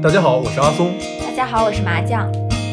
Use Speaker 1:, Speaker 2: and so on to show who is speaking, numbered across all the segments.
Speaker 1: 大家好，我是阿松。
Speaker 2: 大家好，我是麻酱。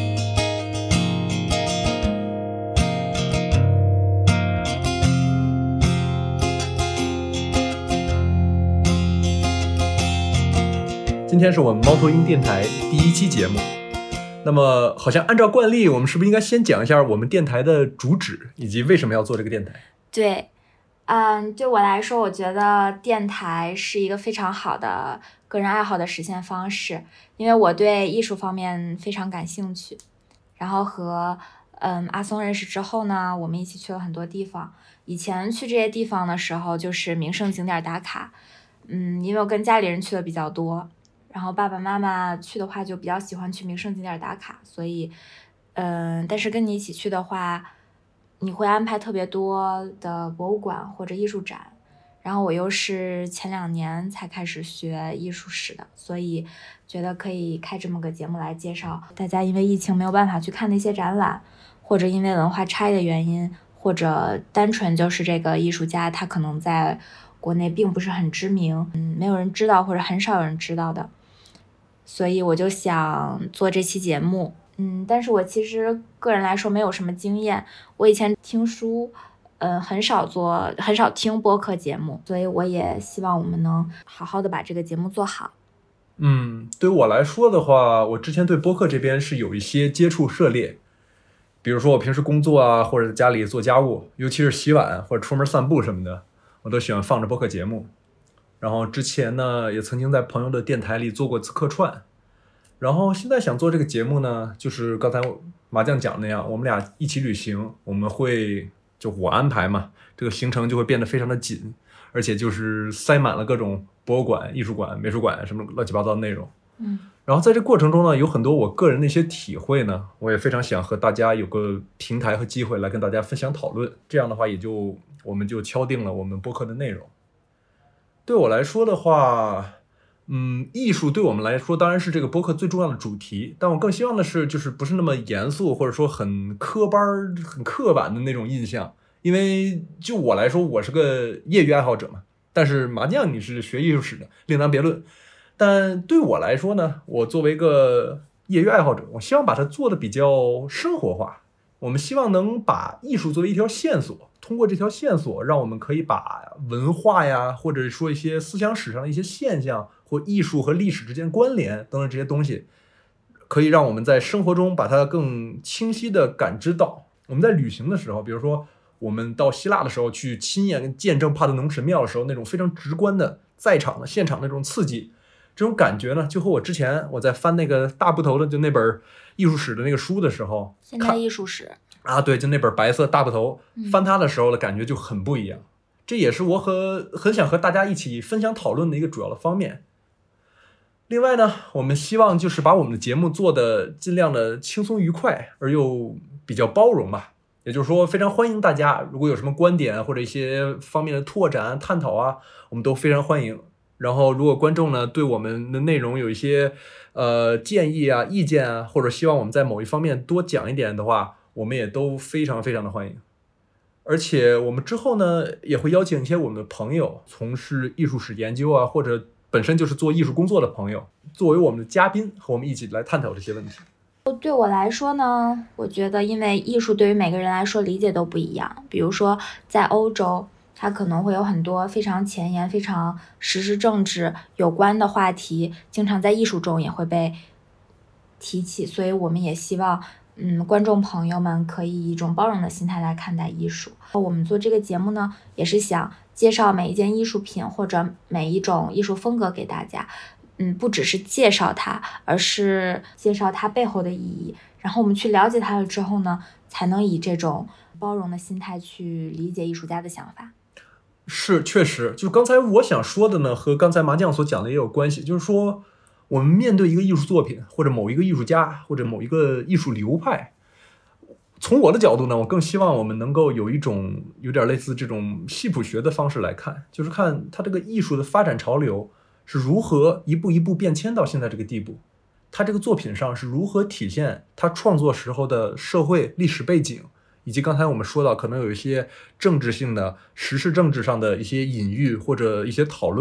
Speaker 1: 今天是我们猫头鹰电台第1期节目。那么好像按照惯例，我们是不是应该先讲一下我们电台的主旨以及为什么要做这个电台？
Speaker 2: 对，对我来说，我觉得电台是一个非常好的个人爱好的实现方式，因为我对艺术方面非常感兴趣。然后和阿松认识之后呢，我们一起去了很多地方。以前去这些地方的时候，就是名胜景点打卡，因为我跟家里人去的比较多。然后爸爸妈妈去的话就比较喜欢去名胜景点打卡，所以但是跟你一起去的话，你会安排特别多的博物馆或者艺术展。然后我又是前2年才开始学艺术史的，所以觉得可以开这么个节目来介绍大家因为疫情没有办法去看那些展览，或者因为文化差异的原因，或者单纯就是这个艺术家他可能在国内并不是很知名，没有人知道或者很少有人知道的。所以我就想做这期节目，但是我其实个人来说没有什么经验，我以前听书，很少听播客节目，所以我也希望我们能好好的把这个节目做好。
Speaker 1: 对我来说的话，我之前对播客这边是有一些接触涉猎，比如说我平时工作啊，或者在家里做家务，尤其是洗碗或者出门散步什么的，我都喜欢放着播客节目。然后之前呢，也曾经在朋友的电台里做过次客串。然后现在想做这个节目呢，就是刚才麻将讲那样，我们俩一起旅行，我们会就我安排嘛，这个行程就会变得非常的紧，而且就是塞满了各种博物馆、艺术馆、美术馆什么乱七八糟的内容。然后在这过程中呢，有很多我个人的一些体会呢，我也非常想和大家有个平台和机会来跟大家分享讨论。这样的话，我们就敲定了我们播客的内容。对我来说的话，艺术对我们来说当然是这个播客最重要的主题，但我更希望的是，就是不是那么严肃，或者说很科班、很刻板的那种印象。因为就我来说，我是个业余爱好者嘛，但是麻将你是学艺术史的，另当别论。但对我来说呢，我作为一个业余爱好者，我希望把它做的比较生活化。我们希望能把艺术作为一条线索，通过这条线索，让我们可以把文化呀，或者说一些思想史上的一些现象，或艺术和历史之间关联等等这些东西，可以让我们在生活中把它更清晰地感知到。我们在旅行的时候，比如说我们到希腊的时候去亲眼见证帕特农神庙的时候，那种非常直观的在场的现场那种刺激，这种感觉呢，就和我之前我在翻那个大部头的就那本艺术史的那个书的时候，
Speaker 2: 现代艺术史
Speaker 1: 啊，对，就那本白色大部头，翻它的时候的感觉就很不一样。这也是我很想和大家一起分享讨论的一个主要的方面。另外呢，我们希望就是把我们的节目做的尽量的轻松愉快，而又比较包容吧。也就是说，非常欢迎大家，如果有什么观点或者一些方面的拓展、探讨啊，我们都非常欢迎。然后，如果观众呢对我们的内容有一些建议啊、意见啊，或者希望我们在某一方面多讲一点的话，我们也都非常非常的欢迎。而且我们之后呢，也会邀请一些我们的朋友，从事艺术史研究啊，或者本身就是做艺术工作的朋友，作为我们的嘉宾，和我们一起来探讨这些问题。
Speaker 2: 对我来说呢，我觉得因为艺术对于每个人来说理解都不一样。比如说在欧洲，它可能会有很多非常前沿、非常时事政治有关的话题，经常在艺术中也会被提起。所以我们也希望观众朋友们可以以一种包容的心态来看待艺术。我们做这个节目呢，也是想介绍每一件艺术品或者每一种艺术风格给大家。不只是介绍它，而是介绍它背后的意义。然后我们去了解它了之后呢，才能以这种包容的心态去理解艺术家的想法。
Speaker 1: 是，确实，就刚才我想说的呢，和刚才麻将所讲的也有关系。就是说，我们面对一个艺术作品，或者某一个艺术家，或者某一个艺术流派，从我的角度呢，我更希望我们能够有一种有点类似这种系谱学的方式来看，就是看它这个艺术的发展潮流是如何一步一步变迁到现在这个地步，他这个作品上是如何体现他创作时候的社会历史背景，以及刚才我们说到可能有一些政治性的时事政治上的一些隐喻或者一些讨论，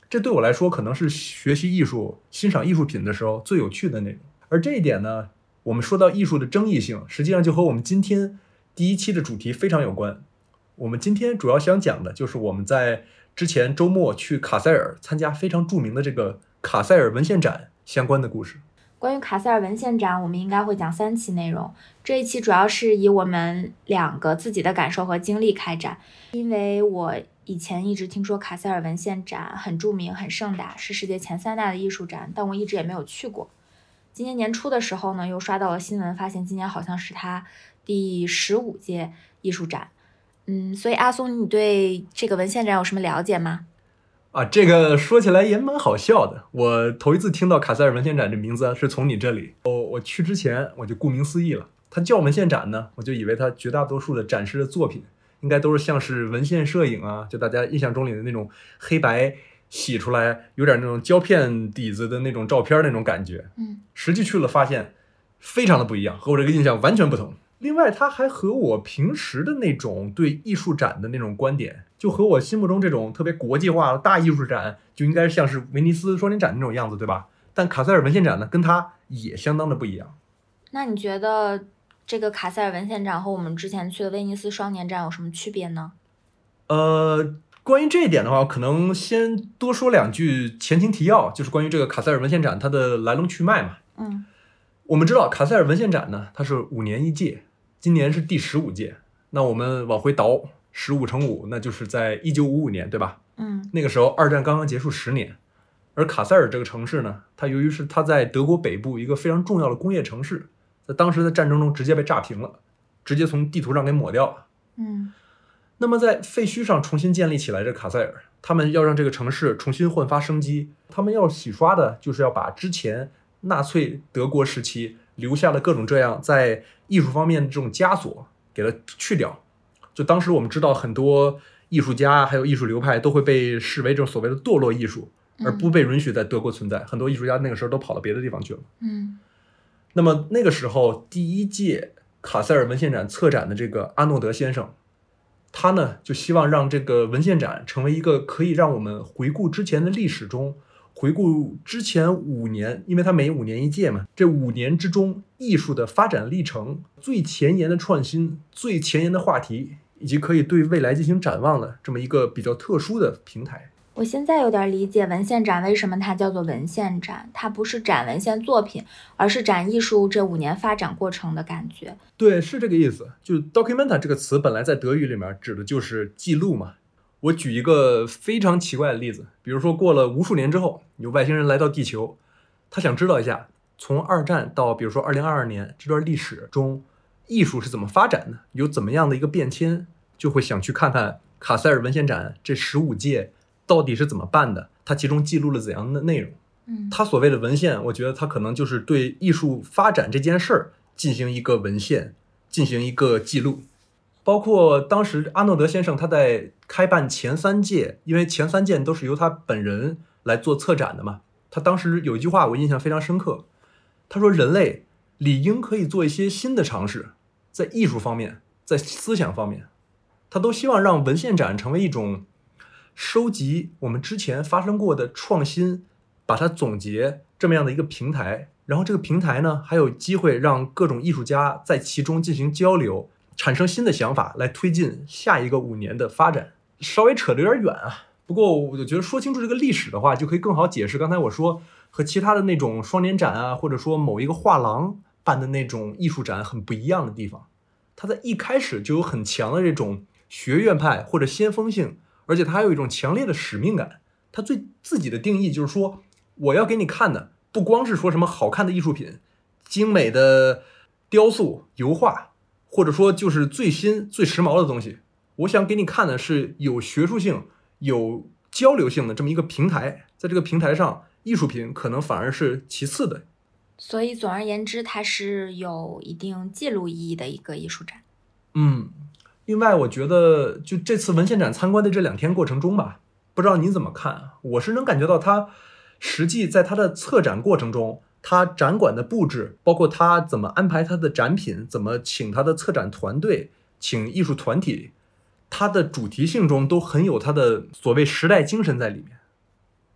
Speaker 1: 这对我来说可能是学习艺术、欣赏艺术品的时候最有趣的内容。而这一点呢，我们说到艺术的争议性，实际上就和我们今天第一期的主题非常有关。我们今天主要想讲的就是我们在之前周末去卡塞尔参加非常著名的这个卡塞尔文献展相关的故事。
Speaker 2: 关于卡塞尔文献展，我们应该会讲3期内容。这一期主要是以我们2个自己的感受和经历开展，因为我以前一直听说卡塞尔文献展很著名、很盛大，是世界前3大的艺术展，但我一直也没有去过。今年年初的时候呢，又刷到了新闻，发现今年好像是它第15届艺术展。所以阿松，你对这个文献展有什么了解吗？
Speaker 1: 这个说起来也蛮好笑的。我头一次听到卡塞尔文献展这名字是从你这里。我去之前我就顾名思义了，它叫文献展呢，我就以为它绝大多数的展示的作品应该都是像是文献摄影啊，就大家印象中里的那种黑白洗出来有点那种胶片底子的那种照片那种感觉。实际去了发现非常的不一样，和我这个印象完全不同。另外它还和我平时的那种对艺术展的那种观点，就和我心目中这种特别国际化的大艺术展就应该像是威尼斯双年展那种样子，对吧？但卡塞尔文献展呢，跟它也相当的不一样。
Speaker 2: 那你觉得这个卡塞尔文献展和我们之前去的威尼斯双年展有什么区别呢？
Speaker 1: 关于这一点的话，可能先多说2句前情提要，就是关于这个卡塞尔文献展它的来龙去脉嘛。我们知道卡塞尔文献展呢，它是5年一届，今年是第15届。那我们往回倒15乘5，那就是在1955年，对吧？那个时候二战刚刚结束10年。而卡塞尔这个城市呢，它由于是它在德国北部一个非常重要的工业城市，在当时的战争中直接被炸平了，直接从地图上给抹掉了。那么在废墟上重新建立起来这卡塞尔，他们要让这个城市重新焕发生机，他们要洗刷的就是要把之前纳粹德国时期留下的各种这样在艺术方面的这种枷锁给它去掉。就当时我们知道很多艺术家还有艺术流派都会被视为这种所谓的堕落艺术，而不被允许在德国存在，很多艺术家那个时候都跑到别的地方去了。那么那个时候第1届卡塞尔文献展策展的这个阿诺德先生，他呢就希望让这个文献展成为一个可以让我们回顾之前的历史中，回顾之前5年，因为它每5年一届嘛，这5年之中艺术的发展历程，最前沿的创新，最前沿的话题，以及可以对未来进行展望的这么一个比较特殊的平台。
Speaker 2: 我现在有点理解文献展为什么它叫做文献展，它不是展文献作品，而是展艺术这5年发展过程的感觉。
Speaker 1: 对，是这个意思。就 documenta 这个词本来在德语里面指的就是记录嘛。我举一个非常奇怪的例子，比如说过了无数年之后，有外星人来到地球，他想知道一下从2战到比如说2022年这段历史中艺术是怎么发展的，有怎么样的一个变迁，就会想去看看卡塞尔文献展这15届到底是怎么办的，它其中记录了怎样的内容。它所谓的文献，我觉得它可能就是对艺术发展这件事儿进行一个文献，进行一个记录。包括当时阿诺德先生他在开办前3届，因为前3届都是由他本人来做策展的嘛，他当时有一句话我印象非常深刻，他说人类理应可以做一些新的尝试，在艺术方面，在思想方面，他都希望让文献展成为一种收集我们之前发生过的创新，把它总结这么样的一个平台。然后这个平台呢，还有机会让各种艺术家在其中进行交流，产生新的想法，来推进下一个5年的发展。稍微扯得有点远啊，不过我就觉得说清楚这个历史的话，就可以更好解释刚才我说和其他的那种双年展啊，或者说某一个画廊办的那种艺术展很不一样的地方。它在一开始就有很强的这种学院派或者先锋性，而且它还有一种强烈的使命感。它对自己的定义就是说，我要给你看的不光是说什么好看的艺术品，精美的雕塑、油画，或者说就是最新最时髦的东西，我想给你看的是有学术性、有交流性的这么一个平台。在这个平台上，艺术品可能反而是其次的。
Speaker 2: 所以总而言之，它是有一定记录意义的一个艺术展。
Speaker 1: 另外我觉得就这次文献展参观的这2天过程中吧，不知道你怎么看，我是能感觉到它实际在它的策展过程中，它展馆的布置，包括它怎么安排它的展品，怎么请它的策展团队，请艺术团体，它的主题性中都很有它的所谓时代精神在里面。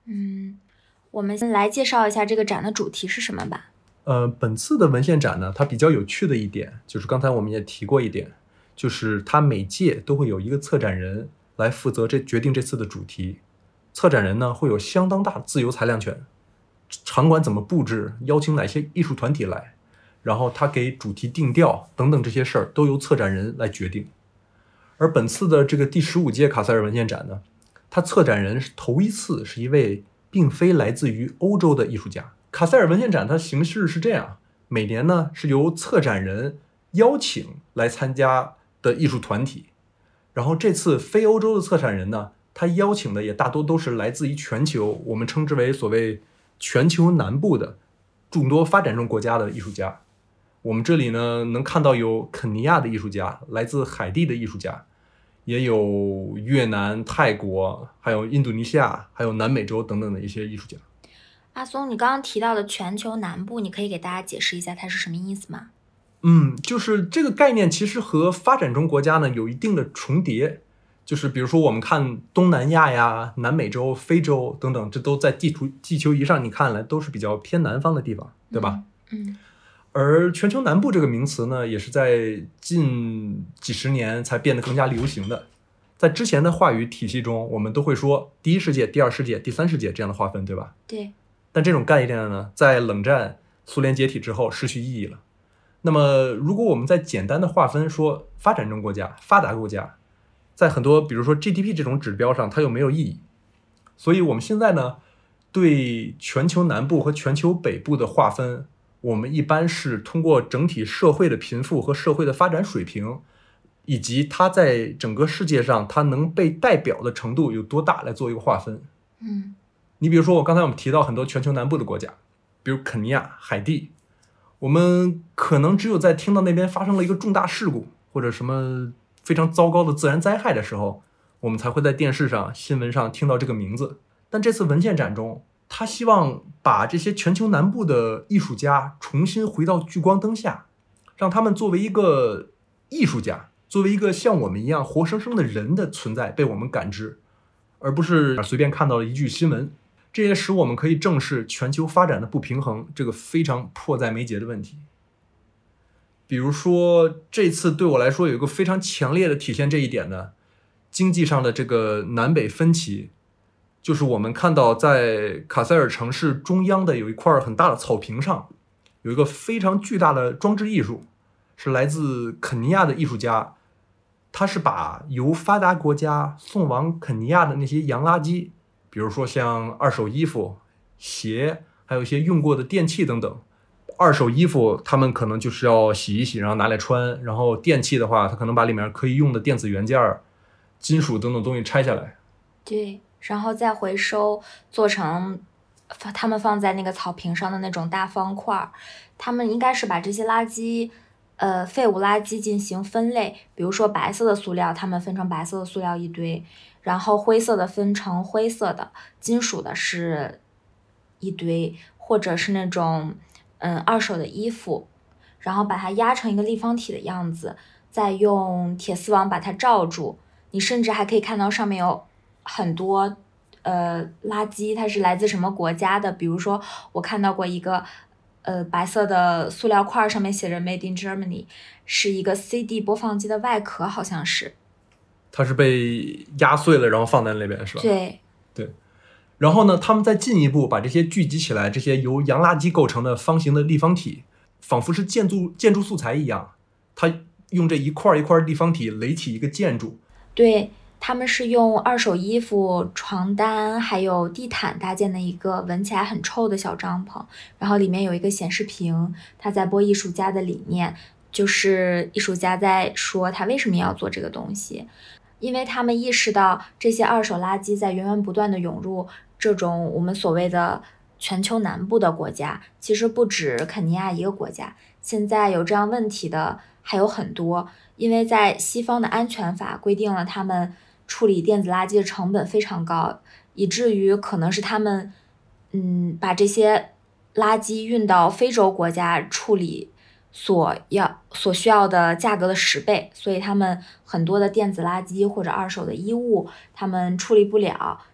Speaker 2: 我们先来介绍一下这个展的主题是什么吧。
Speaker 1: 本次的文献展呢，它比较有趣的一点就是刚才我们也提过一点，就是它每届都会有一个策展人来负责决定这次的主题。策展人呢会有相当大的自由裁量权，场馆怎么布置，邀请哪些艺术团体来，然后他给主题定调等等这些事儿都由策展人来决定。而本次的这个第15届卡塞尔文献展呢，它策展人是头一次是一位并非来自于欧洲的艺术家。卡塞尔文献展它形式是这样，每年呢是由策展人邀请来参加的艺术团体，然后这次非欧洲的策展人呢，他邀请的也大多都是来自于全球，我们称之为所谓全球南部的众多发展中国家的艺术家。我们这里呢能看到有肯尼亚的艺术家，来自海地的艺术家，也有越南、泰国，还有印度尼西亚，还有南美洲等等的一些艺术家。
Speaker 2: 阿松，你刚刚提到的全球南部，你可以给大家解释一下它是什么意思吗？
Speaker 1: 就是这个概念其实和发展中国家呢有一定的重叠，就是比如说我们看东南亚呀、南美洲、非洲等等，这都在地球仪上你看来都是比较偏南方的地方，对吧？而全球南部这个名词呢，也是在近几十年才变得更加流行的。在之前的话语体系中，我们都会说第一世界、第二世界、第三世界这样的划分，对吧？
Speaker 2: 对。
Speaker 1: 但这种概念呢，在冷战、苏联解体之后失去意义了。那么，如果我们再简单的划分说发展中国家、发达国家，在很多比如说 GDP 这种指标上，它又没有意义。所以我们现在呢，对全球南部和全球北部的划分，我们一般是通过整体社会的贫富和社会的发展水平，以及它在整个世界上它能被代表的程度有多大来做一个划分。你比如说刚才我们提到很多全球南部的国家，比如肯尼亚、海地，我们可能只有在听到那边发生了一个重大事故或者什么非常糟糕的自然灾害的时候，我们才会在电视上、新闻上听到这个名字。但这次文献展中，他希望把这些全球南部的艺术家重新回到聚光灯下，让他们作为一个艺术家，作为一个像我们一样活生生的人的存在被我们感知，而不是随便看到的一句新闻。这也使我们可以正视全球发展的不平衡这个非常迫在眉睫的问题。比如说这次对我来说有一个非常强烈的体现这一点的经济上的这个南北分歧，就是我们看到在卡塞尔城市中央的有一块很大的草坪上，有一个非常巨大的装置艺术，是来自肯尼亚的艺术家，他是把由发达国家送往肯尼亚的那些洋垃圾，比如说像二手衣服、鞋，还有一些用过的电器等等。二手衣服他们可能就是要洗一洗然后拿来穿，然后电器的话他可能把里面可以用的电子元件、金属等等东西拆下来，
Speaker 2: 对，然后再回收做成他们放在那个草坪上的那种大方块。他们应该是把这些垃圾废物垃圾进行分类，比如说白色的塑料他们分成白色的塑料一堆，然后灰色的分成灰色的，金属的是一堆，或者是那种二手的衣服，然后把它压成一个立方体的样子，再用铁丝网把它罩住。你甚至还可以看到上面有很多垃圾，它是来自什么国家的，比如说我看到过一个白色的塑料块，上面写着 Made in Germany， 是一个 CD 播放机的外壳，好像是
Speaker 1: 它是被压碎了然后放在那边是吧？
Speaker 2: 对。
Speaker 1: 然后呢，他们再进一步把这些聚集起来，这些由洋垃圾构成的方形的立方体，仿佛是建筑素材一样，他用这一块一块立方体垒起一个建筑。
Speaker 2: 对，他们是用二手衣服、床单还有地毯搭建的一个闻起来很臭的小帐篷，然后里面有一个显示屏，他在播艺术家的理念，就是艺术家在说他为什么要做这个东西。因为他们意识到这些二手垃圾在源源不断的涌入这种我们所谓的全球南部的国家，其实不止肯尼亚一个国家，现在有这样问题的还有很多。因为在西方的安全法规定了他们处理电子垃圾的成本非常高，以至于可能是他们把这些垃圾运到非洲国家处理所需要的价格的10倍，所以他们很多的电子垃圾或者二手的衣物他们处理不了，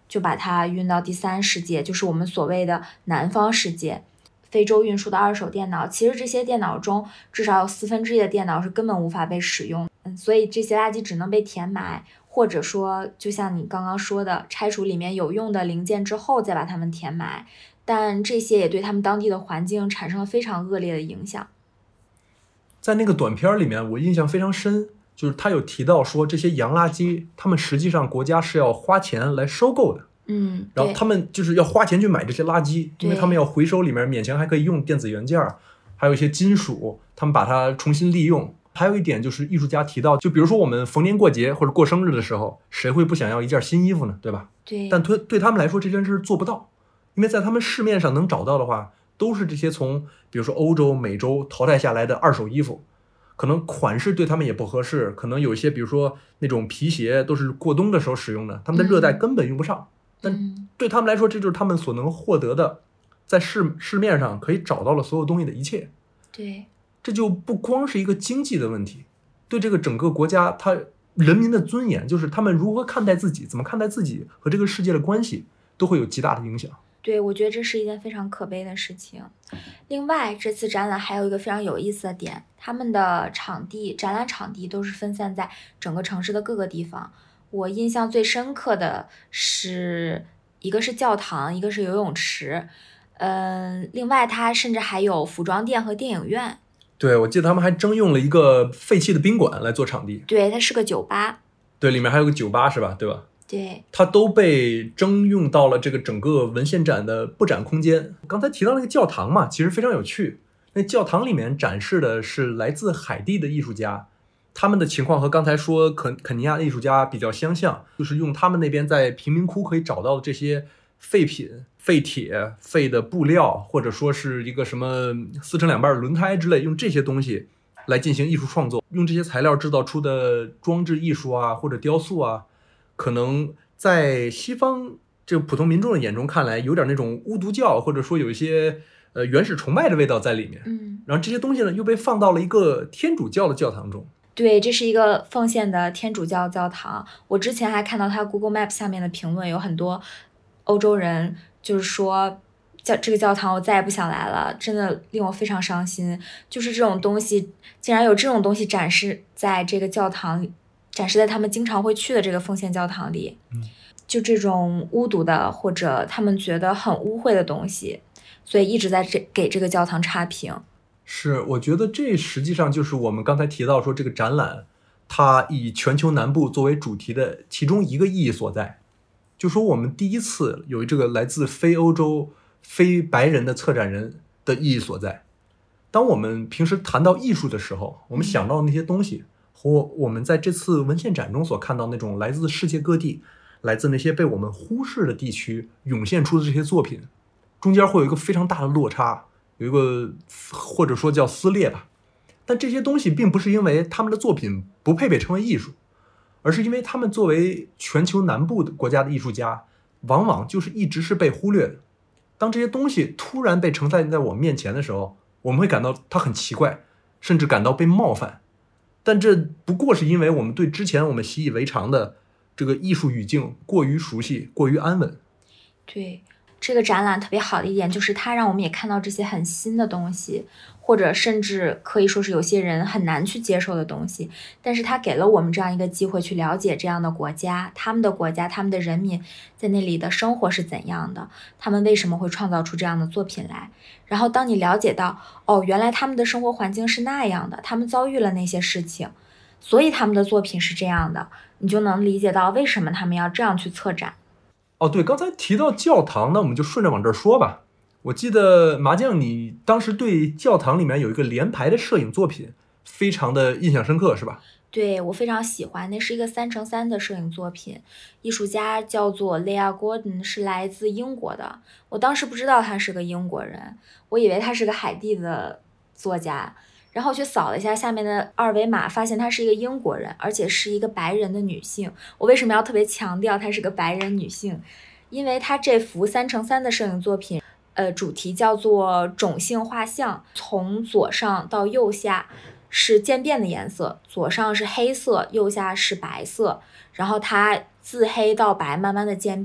Speaker 2: 就把它运到第3世界，就是我们所谓的南方世界。非洲运输的二手电脑，其实这些电脑中至少有1/4的电脑是根本无法被使用，所以这些垃圾只能被填埋，或者说就像你刚刚说的，拆除里面有用的零件之后再把它们填埋，但这些也对他们当地的环境产生了非常恶劣的影响。
Speaker 1: 在那个短片里面，我印象非常深，就是他有提到说这些洋垃圾，他们实际上国家是要花钱来收购的。然后他们就是要花钱去买这些垃圾，因为他们要回收里面勉强还可以用电子元件，还有一些金属，他们把它重新利用。还有一点就是艺术家提到，就比如说我们逢年过节或者过生日的时候，谁会不想要一件新衣服呢？对吧？
Speaker 2: 对。
Speaker 1: 但对他们来说这件事做不到，因为在他们市面上能找到的话，都是这些从比如说欧洲、美洲淘汰下来的二手衣服，可能款式对他们也不合适，可能有一些比如说那种皮鞋都是过冬的时候使用的，他们的热带根本用不上。但对他们来说，这就是他们所能获得的，在市面上可以找到了所有东西的一切。
Speaker 2: 对，
Speaker 1: 这就不光是一个经济的问题，对这个整个国家他人民的尊严，就是他们如何看待自己，怎么看待自己和这个世界的关系，都会有极大的影响。
Speaker 2: 对，我觉得这是一件非常可悲的事情。另外，这次展览还有一个非常有意思的点，他们的展览场地都是分散在整个城市的各个地方。我印象最深刻的是一个是教堂，一个是游泳池，另外它甚至还有服装店和电影院。
Speaker 1: 对，我记得他们还征用了一个废弃的宾馆来做场地。
Speaker 2: 对，它是个酒吧。
Speaker 1: 对，里面还有个酒吧是吧？对吧？
Speaker 2: 对，
Speaker 1: 它都被征用到了这个整个文献展的布展空间。刚才提到那个教堂嘛，其实非常有趣。那教堂里面展示的是来自海地的艺术家，他们的情况和刚才说肯尼亚的艺术家比较相像，就是用他们那边在贫民窟可以找到的这些废品、废铁、废的布料，或者说是一个什么撕成2半轮胎之类，用这些东西来进行艺术创作，用这些材料制造出的装置艺术啊，或者雕塑啊，可能在西方这个普通民众的眼中看来，有点那种巫毒教，或者说有一些原始崇拜的味道在里面。然后这些东西呢，又被放到了一个天主教的教堂中。
Speaker 2: 对，这是一个奉献的天主教教堂。我之前还看到他 Google Maps 下面的评论，有很多欧洲人就是说这个教堂我再也不想来了，真的令我非常伤心。就是这种东西，竟然有这种东西展示在这个教堂里，展示在他们经常会去的这个奉献教堂里。就这种巫毒的或者他们觉得很污秽的东西，所以一直在给这个教堂差评。
Speaker 1: 是，我觉得这实际上就是我们刚才提到说这个展览它以全球南部作为主题的其中一个意义所在。就说我们第一次有这个来自非欧洲非白人的策展人的意义所在。当我们平时谈到艺术的时候，我们想到的那些东西和我们在这次文献展中所看到那种来自世界各地，来自那些被我们忽视的地区涌现出的这些作品，中间会有一个非常大的落差，有一个或者说叫撕裂吧。但这些东西并不是因为他们的作品不配被称为艺术，而是因为他们作为全球南部的国家的艺术家，往往就是一直是被忽略的。当这些东西突然被呈现在我们面前的时候，我们会感到它很奇怪，甚至感到被冒犯。但这不过是因为我们对之前我们习以为常的这个艺术语境过于熟悉，过于安稳。
Speaker 2: 对，这个展览特别好的一点就是它让我们也看到这些很新的东西，或者甚至可以说是有些人很难去接受的东西，但是它给了我们这样一个机会去了解这样的国家，他们的人民在那里的生活是怎样的，他们为什么会创造出这样的作品来。然后当你了解到原来他们的生活环境是那样的，他们遭遇了那些事情，所以他们的作品是这样的，你就能理解到为什么他们要这样去策展。
Speaker 1: 对，刚才提到教堂，那我们就顺着往这儿说吧。我记得麻将你当时对教堂里面有一个连排的摄影作品非常的印象深刻，是吧？
Speaker 2: 对，我非常喜欢，那是一个3×3的摄影作品，艺术家叫做 Leah Gordon， 是来自英国的。我当时不知道他是个英国人，我以为他是个海地的作家，然后去扫了一下下面的二维码，发现她是一个英国人，而且是一个白人的女性。我为什么要特别强调她是个白人女性？因为她这幅3×3的摄影作品主题叫做种姓画像，从左上到右下是渐变的颜色，左上是黑色，右下是白色，然后它自黑到白慢慢的渐变，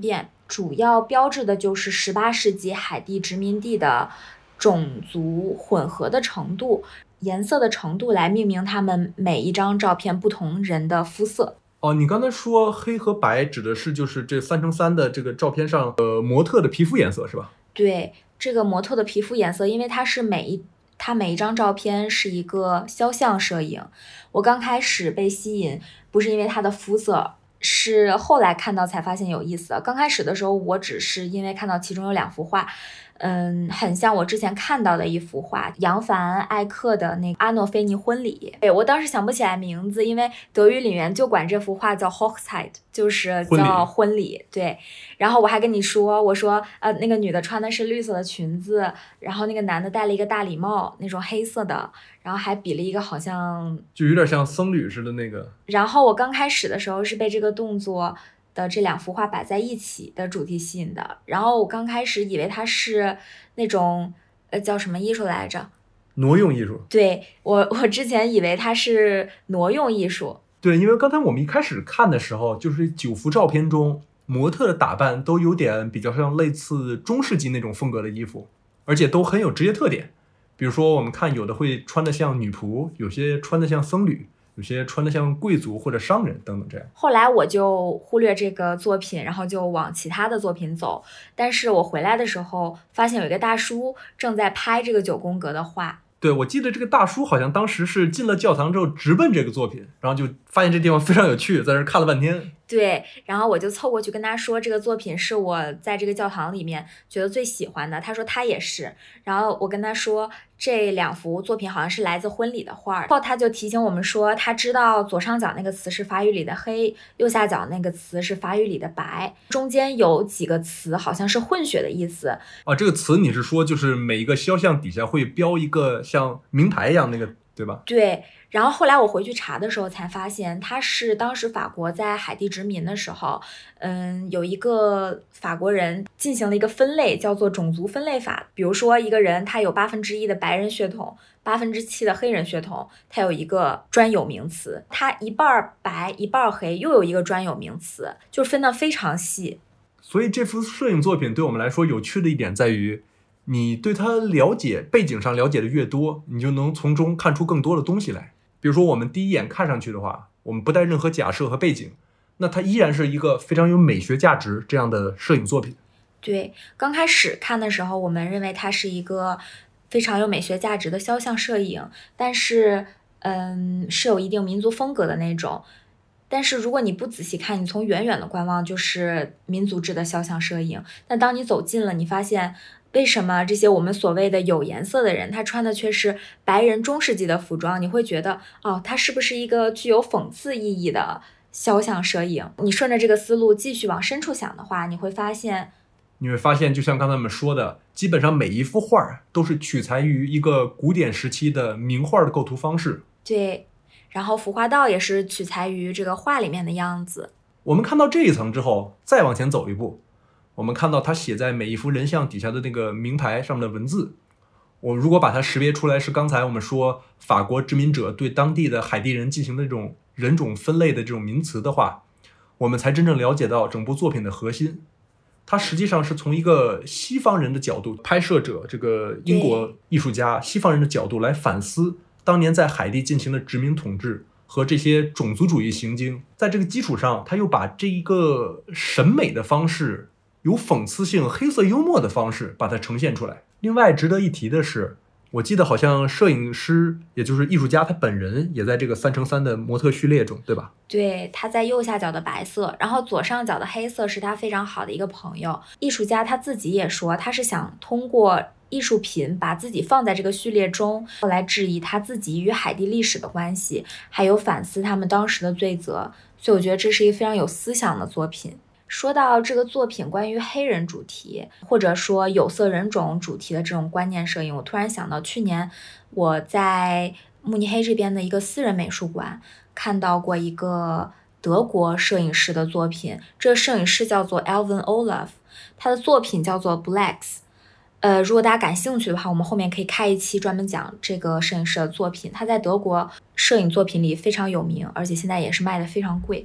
Speaker 2: 主要标志的就是18世纪海地殖民地的种族混合的程度，颜色的程度来命名他们每一张照片不同人的肤色。
Speaker 1: 哦，你刚才说黑和白指的是就是这3×3的这个照片上模特的皮肤颜色是吧？
Speaker 2: 对，这个模特的皮肤颜色，因为它每一张照片是一个肖像摄影。我刚开始被吸引，不是因为它的肤色，是后来看到才发现有意思的。刚开始的时候，我只是因为看到其中有2幅画，很像我之前看到的一幅画，扬凡艾克的那个阿诺菲尼婚礼。对，我当时想不起来名字，因为德语里面就管这幅画叫 Hochzeit， 就是叫婚礼。对，然后我还跟你说，我说那个女的穿的是绿色的裙子，然后那个男的戴了一个大礼帽，那种黑色的，然后还比了一个好像
Speaker 1: 就有点像僧侣似的那个。
Speaker 2: 然后我刚开始的时候是被这个动作的这2幅画摆在一起的主题吸引的，然后我刚开始以为它是那种叫什么艺术来着？
Speaker 1: 挪用艺术。
Speaker 2: 对，我之前以为它是挪用艺术。
Speaker 1: 对，因为刚才我们一开始看的时候，就是9幅照片中模特的打扮都有点比较像类似中世纪那种风格的衣服，而且都很有职业特点。比如说我们看有的会穿得像女仆，有些穿得像僧侣，有些穿得像贵族或者商人等等这样。
Speaker 2: 后来我就忽略这个作品，然后就往其他的作品走。但是我回来的时候发现有一个大叔正在拍这个9宫格的画。
Speaker 1: 对，我记得这个大叔好像当时是进了教堂之后直奔这个作品，然后就发现这地方非常有趣，在这看了半天。
Speaker 2: 对，然后我就凑过去跟他说，这个作品是我在这个教堂里面觉得最喜欢的。他说他也是。然后我跟他说，这2幅作品好像是来自婚礼的画。然后他就提醒我们说，他知道左上角那个词是法语里的黑，右下角那个词是法语里的白，中间有几个词好像是混血的意思。
Speaker 1: 啊，这个词你是说就是每一个肖像底下会标一个像名牌一样那个，对吧？
Speaker 2: 对。然后后来我回去查的时候才发现，它是当时法国在海地殖民的时候，有一个法国人进行了一个分类，叫做种族分类法。比如说一个人他有1%的白人血统，7%的黑人血统，他有一个专有名词，他一半白一半黑又有一个专有名词，就分得非常细。
Speaker 1: 所以这幅摄影作品对我们来说有趣的一点在于，你对它了解背景上了解的越多，你就能从中看出更多的东西来。比如说我们第一眼看上去的话，我们不带任何假设和背景，那它依然是一个非常有美学价值这样的摄影作品。
Speaker 2: 对，刚开始看的时候，我们认为它是一个非常有美学价值的肖像摄影，但是是有一定民族风格的那种。但是如果你不仔细看，你从远远的观望就是民族制的肖像摄影。但当你走近了，你发现为什么这些我们所谓的有颜色的人，他穿的却是白人中世纪的服装？你会觉得，他是不是一个具有讽刺意义的肖像摄影？你顺着这个思路继续往深处想的话，你会发现，
Speaker 1: 就像刚才我们说的，基本上每一幅画都是取材于一个古典时期的名画的构图方式。
Speaker 2: 对，然后服化道也是取材于这个画里面的样子。
Speaker 1: 我们看到这一层之后，再往前走一步，我们看到他写在每一幅人像底下的那个名牌上面的文字，我如果把它识别出来是刚才我们说法国殖民者对当地的海地人进行的这种人种分类的这种名词的话，我们才真正了解到整部作品的核心。它实际上是从一个西方人的角度，拍摄者这个英国艺术家西方人的角度来反思当年在海地进行的殖民统治和这些种族主义行径。在这个基础上，他又把这一个审美的方式，有讽刺性黑色幽默的方式把它呈现出来。另外值得一提的是，我记得好像摄影师也就是艺术家他本人也在这个3×3的模特序列中，对吧？
Speaker 2: 对，他在右下角的白色，然后左上角的黑色是他非常好的一个朋友。艺术家他自己也说，他是想通过艺术品把自己放在这个序列中，来质疑他自己与海地历史的关系，还有反思他们当时的罪责。所以我觉得这是一个非常有思想的作品。说到这个作品关于黑人主题或者说有色人种主题的这种观念摄影，我突然想到去年我在慕尼黑这边的一个私人美术馆看到过一个德国摄影师的作品，这个摄影师叫做 Alvin Olaf， 他的作品叫做 Blacks。如果大家感兴趣的话，我们后面可以开一期专门讲这个摄影师的作品。他在德国摄影作品里非常有名，而且现在也是卖的非常贵。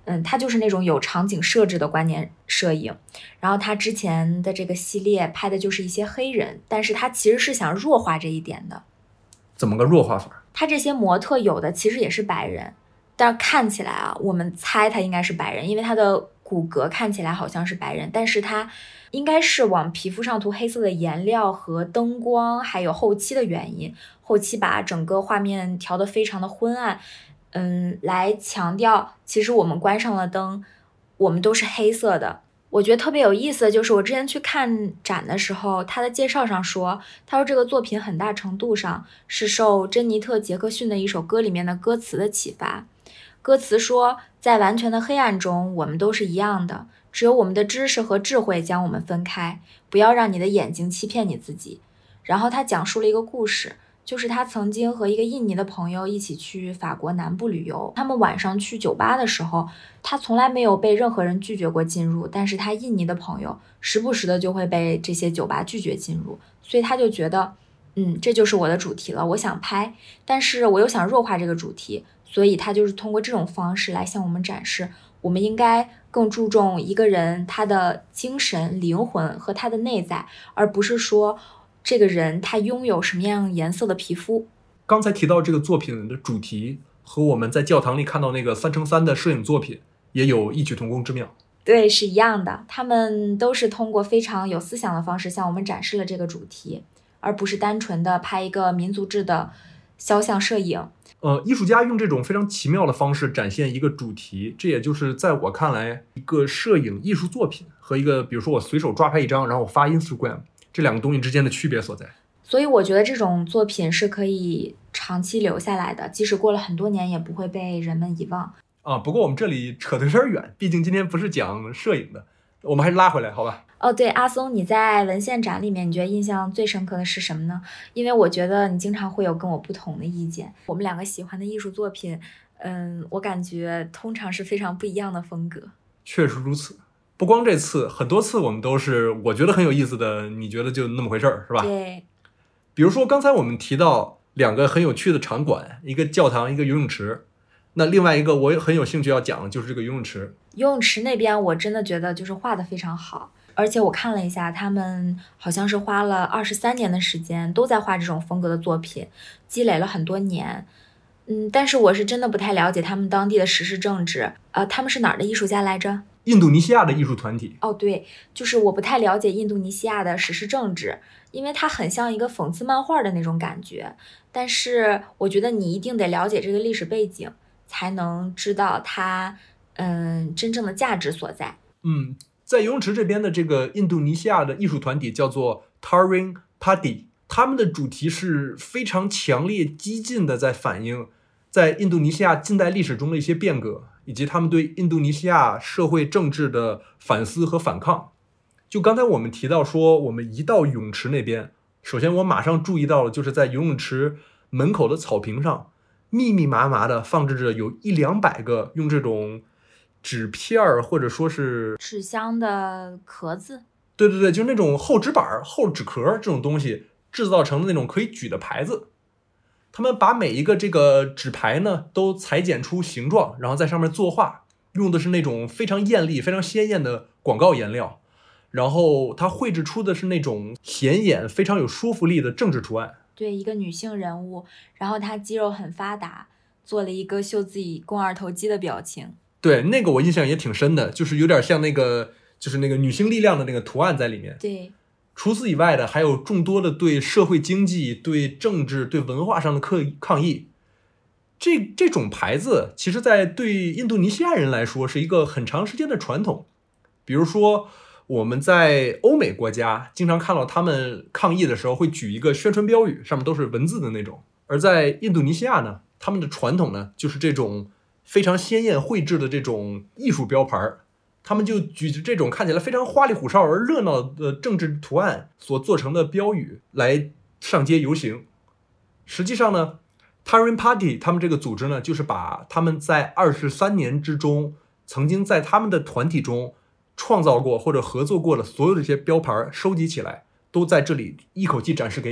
Speaker 2: 它就是那种有场景设置的观念摄影。然后他之前的这个系列拍的就是一些黑人，但是他其实是想弱化这一点的。
Speaker 1: 怎么个弱化法？
Speaker 2: 他这些模特有的其实也是白人，但看起来啊，我们猜他应该是白人，因为他的骨骼看起来好像是白人，但是他应该是往皮肤上涂黑色的颜料和灯光，还有后期的原因，后期把整个画面调得非常的昏暗，来强调其实我们关上了灯，我们都是黑色的。我觉得特别有意思的就是我之前去看展的时候，他的介绍上说，他说这个作品很大程度上是受珍妮特·杰克逊的一首歌里面的歌词的启发。歌词说，在完全的黑暗中，我们都是一样的，只有我们的知识和智慧将我们分开，不要让你的眼睛欺骗你自己。然后他讲述了一个故事，就是他曾经和一个印尼的朋友一起去法国南部旅游，他们晚上去酒吧的时候，他从来没有被任何人拒绝过进入，但是他印尼的朋友时不时的就会被这些酒吧拒绝进入，所以他就觉得这就是我的主题了，我想拍，但是我又想弱化这个主题，所以他就是通过这种方式来向我们展示，我们应该更注重一个人他的精神、灵魂和他的内在，而不是说这个人他拥有什么样颜色的皮肤。
Speaker 1: 刚才提到这个作品的主题和我们在教堂里看到那个3×3的摄影作品也有异曲同工之妙。
Speaker 2: 对，是一样的，他们都是通过非常有思想的方式向我们展示了这个主题，而不是单纯的拍一个民族志的肖像摄影。
Speaker 1: 艺术家用这种非常奇妙的方式展现一个主题，这也就是在我看来一个摄影艺术作品和一个比如说我随手抓拍一张然后我发 Instagram 这两个东西之间的区别所在。
Speaker 2: 所以我觉得这种作品是可以长期留下来的，即使过了很多年也不会被人们遗忘。
Speaker 1: 不过我们这里扯得有点远，毕竟今天不是讲摄影的，我们还是拉回来好吧。
Speaker 2: 对，阿松，你在文献展里面你觉得印象最深刻的是什么呢？因为我觉得你经常会有跟我不同的意见，我们两个喜欢的艺术作品我感觉通常是非常不一样的风格。
Speaker 1: 确实如此，不光这次，很多次我们都是我觉得很有意思的，你觉得就那么回事儿，是吧？
Speaker 2: 对。
Speaker 1: 比如说刚才我们提到两个很有趣的场馆，一个教堂，一个游泳池。那另外一个我也很有兴趣要讲的就是这个游泳池。
Speaker 2: 游泳池那边我真的觉得就是画得非常好，而且我看了一下，他们好像是花了23年的时间都在画这种风格的作品，积累了很多年。但是我是真的不太了解他们当地的时事政治。他们是哪儿的艺术家来着？
Speaker 1: 印度尼西亚的艺术团体。
Speaker 2: 对，就是我不太了解印度尼西亚的时事政治，因为它很像一个讽刺漫画的那种感觉。但是我觉得你一定得了解这个历史背景，才能知道它真正的价值所在。
Speaker 1: 在游泳池这边的这个印度尼西亚的艺术团体叫做 Taring Padi， 他们的主题是非常强烈激进的在反映在印度尼西亚近代历史中的一些变革，以及他们对印度尼西亚社会政治的反思和反抗。就刚才我们提到说，我们一到泳池那边，首先我马上注意到了，就是在游泳池门口的草坪上密密麻麻的放置着有100-200个用这种纸片儿或者说是
Speaker 2: 纸箱的壳子。
Speaker 1: 对，就是那种厚纸板、厚纸壳这种东西制造成的那种可以举的牌子。他们把每一个这个纸牌呢都裁剪出形状，然后在上面作画，用的是那种非常艳丽、非常鲜艳的广告颜料，然后它绘制出的是那种显眼、非常有说服力的政治图案。
Speaker 2: 对，一个女性人物，然后她肌肉很发达，做了一个秀自己肱二头肌的表情。
Speaker 1: 对，那个我印象也挺深的，就是有点像那个就是那个女性力量的那个图案在里面。
Speaker 2: 对。
Speaker 1: 除此以外的还有众多的对社会经济、对政治、对文化上的抗议。这种牌子其实在对印度尼西亚人来说是一个很长时间的传统。比如说我们在欧美国家经常看到他们抗议的时候会举一个宣传标语，上面都是文字的那种。而在印度尼西亚呢，他们的传统呢就是这种非常鲜艳绘制的这种艺术标牌，他们就举着这种看起来非常花里胡哨而热闹的政治图案所做成的标语来上街游行。实际上呢 Taring Padi 他们这个组织呢，就是把他们在23年之中曾经在他们的团体中创造过或者合作过的所有的这些标牌收集起来，都在这里一口气展示给你。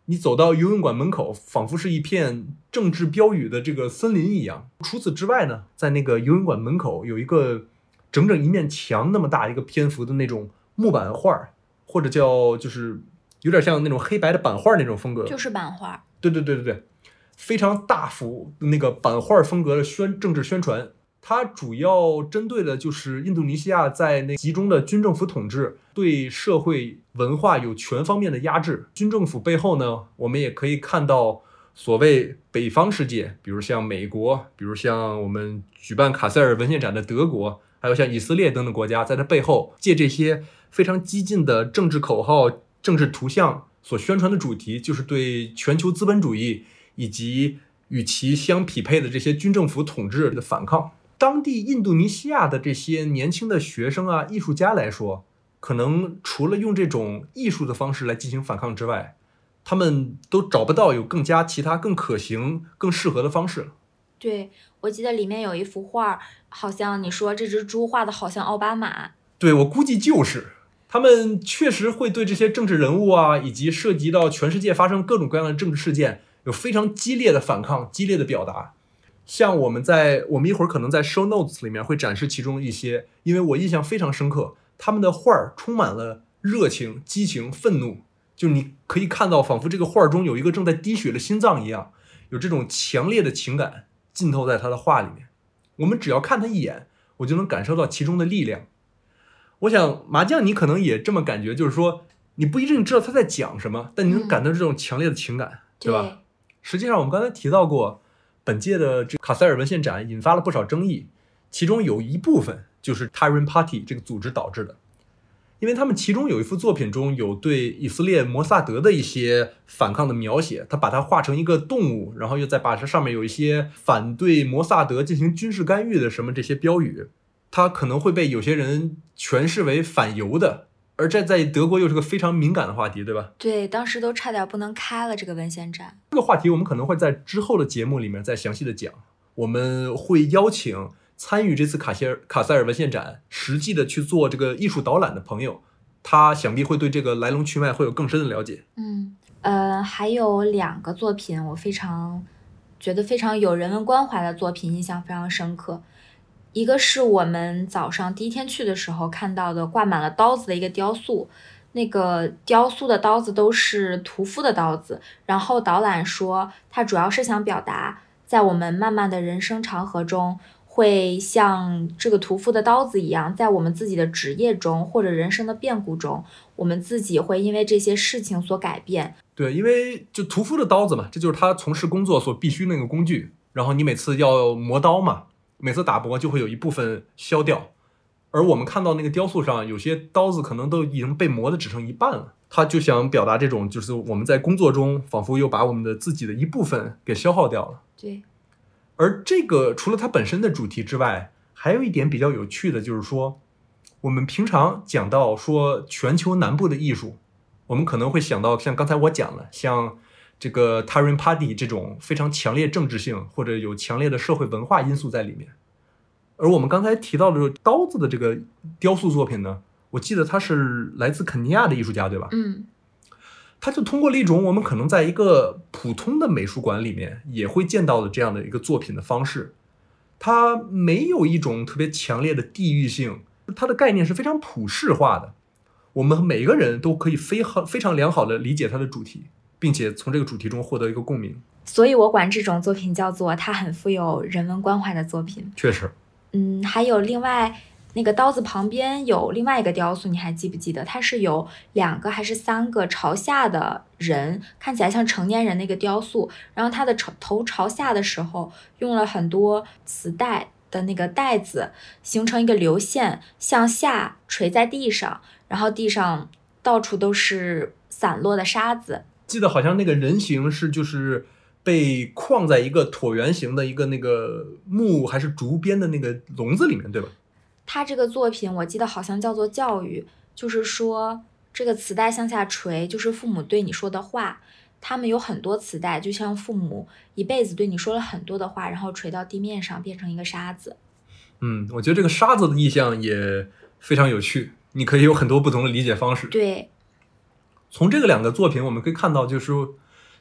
Speaker 1: 你走到游泳馆门口，仿佛是一片政治标语的这个森林一样。除此之外呢，在那个游泳馆门口有一个整整一面墙那么大一个篇幅的那种木板画，或者叫就是有点像那种黑白的版画那种风格，
Speaker 2: 就是版画。
Speaker 1: 对，非常大幅那个版画风格的政治宣传。它主要针对的就是印度尼西亚在那集中的军政府统治对社会文化有全方面的压制。军政府背后呢，我们也可以看到所谓北方世界，比如像美国，比如像我们举办卡塞尔文献展的德国，还有像以色列等等国家，在它背后借这些非常激进的政治口号、政治图像所宣传的主题，就是对全球资本主义以及与其相匹配的这些军政府统治的反抗。当地印度尼西亚的这些年轻的学生啊、艺术家来说，可能除了用这种艺术的方式来进行反抗之外，他们都找不到有更加其他更可行、更适合的方式了。
Speaker 2: 对，我记得里面有一幅画，好像你说这只猪画的好像奥巴马。
Speaker 1: 对，我估计就是他们确实会对这些政治人物啊，以及涉及到全世界发生各种各样的政治事件，有非常激烈的反抗、激烈的表达。像我们一会儿可能在 show notes 里面会展示其中一些，因为我印象非常深刻，他们的画充满了热情、激情、愤怒，就你可以看到仿佛这个画中有一个正在滴血的心脏一样，有这种强烈的情感浸透在他的画里面。我们只要看他一眼，我就能感受到其中的力量。我想麻将你可能也这么感觉，就是说你不一定知道他在讲什么，但你能感到这种强烈的情感，对吧？实际上我们刚才提到过，本届的这卡塞尔文献展引发了不少争议，其中有一部分就是 Tarim Party 这个组织导致的，因为他们其中有一幅作品中有对以色列摩萨德的一些反抗的描写，他把它画成一个动物，然后又再把这上面有一些反对摩萨德进行军事干预的什么这些标语，它可能会被有些人诠释为反犹的，而这在德国又是个非常敏感的话题，对吧？
Speaker 2: 对，当时都差点不能开了这个文献展。
Speaker 1: 这个话题我们可能会在之后的节目里面再详细的讲，我们会邀请参与这次卡塞尔文献展实际的去做这个艺术导览的朋友，他想必会对这个来龙去脉会有更深的了解。
Speaker 2: 还有2个作品我觉得非常有人文关怀的作品印象非常深刻。一个是我们早上第一天去的时候看到的挂满了刀子的一个雕塑，那个雕塑的刀子都是屠夫的刀子，然后导览说它主要是想表达在我们漫漫的人生长河中，会像这个屠夫的刀子一样，在我们自己的职业中或者人生的变故中，我们自己会因为这些事情所改变。
Speaker 1: 对，因为就屠夫的刀子嘛，这就是他从事工作所必须那个工具，然后你每次要磨刀嘛，每次打磨就会有一部分削掉，而我们看到那个雕塑上有些刀子可能都已经被磨得只剩一半了，他就想表达这种就是我们在工作中仿佛又把我们的自己的一部分给消耗掉了。
Speaker 2: 对，
Speaker 1: 而这个除了它本身的主题之外，还有一点比较有趣的就是说，我们平常讲到说全球南部的艺术，我们可能会想到像刚才我讲了，像这个 Tarim Party 这种非常强烈政治性或者有强烈的社会文化因素在里面。而我们刚才提到的刀子的这个雕塑作品呢，我记得它是来自肯尼亚的艺术家，对吧？他就通过了一种我们可能在一个普通的美术馆里面也会见到的这样的一个作品的方式，它没有一种特别强烈的地域性，它的概念是非常普世化的，我们每个人都可以非常良好的理解它的主题，并且从这个主题中获得一个共鸣。
Speaker 2: 所以我管这种作品叫做它很富有人文关怀的作品。
Speaker 1: 确实。
Speaker 2: 还有另外那个刀子旁边有另外一个雕塑，你还记不记得？它是有2个还是3个朝下的人，看起来像成年人的一个雕塑，然后它的头朝下的时候用了很多磁带的那个带子形成一个流线向下垂在地上，然后地上到处都是散落的沙子。
Speaker 1: 记得好像那个人形是就是被框在一个椭圆形的一个那个木还是竹编的那个笼子里面，对吧？
Speaker 2: 他这个作品我记得好像叫做教育，就是说这个磁带向下垂就是父母对你说的话，他们有很多磁带，就像父母一辈子对你说了很多的话，然后垂到地面上变成一个沙子。
Speaker 1: 我觉得这个沙子的意象也非常有趣，你可以有很多不同的理解方式。
Speaker 2: 对，
Speaker 1: 从这个2个作品我们可以看到，就是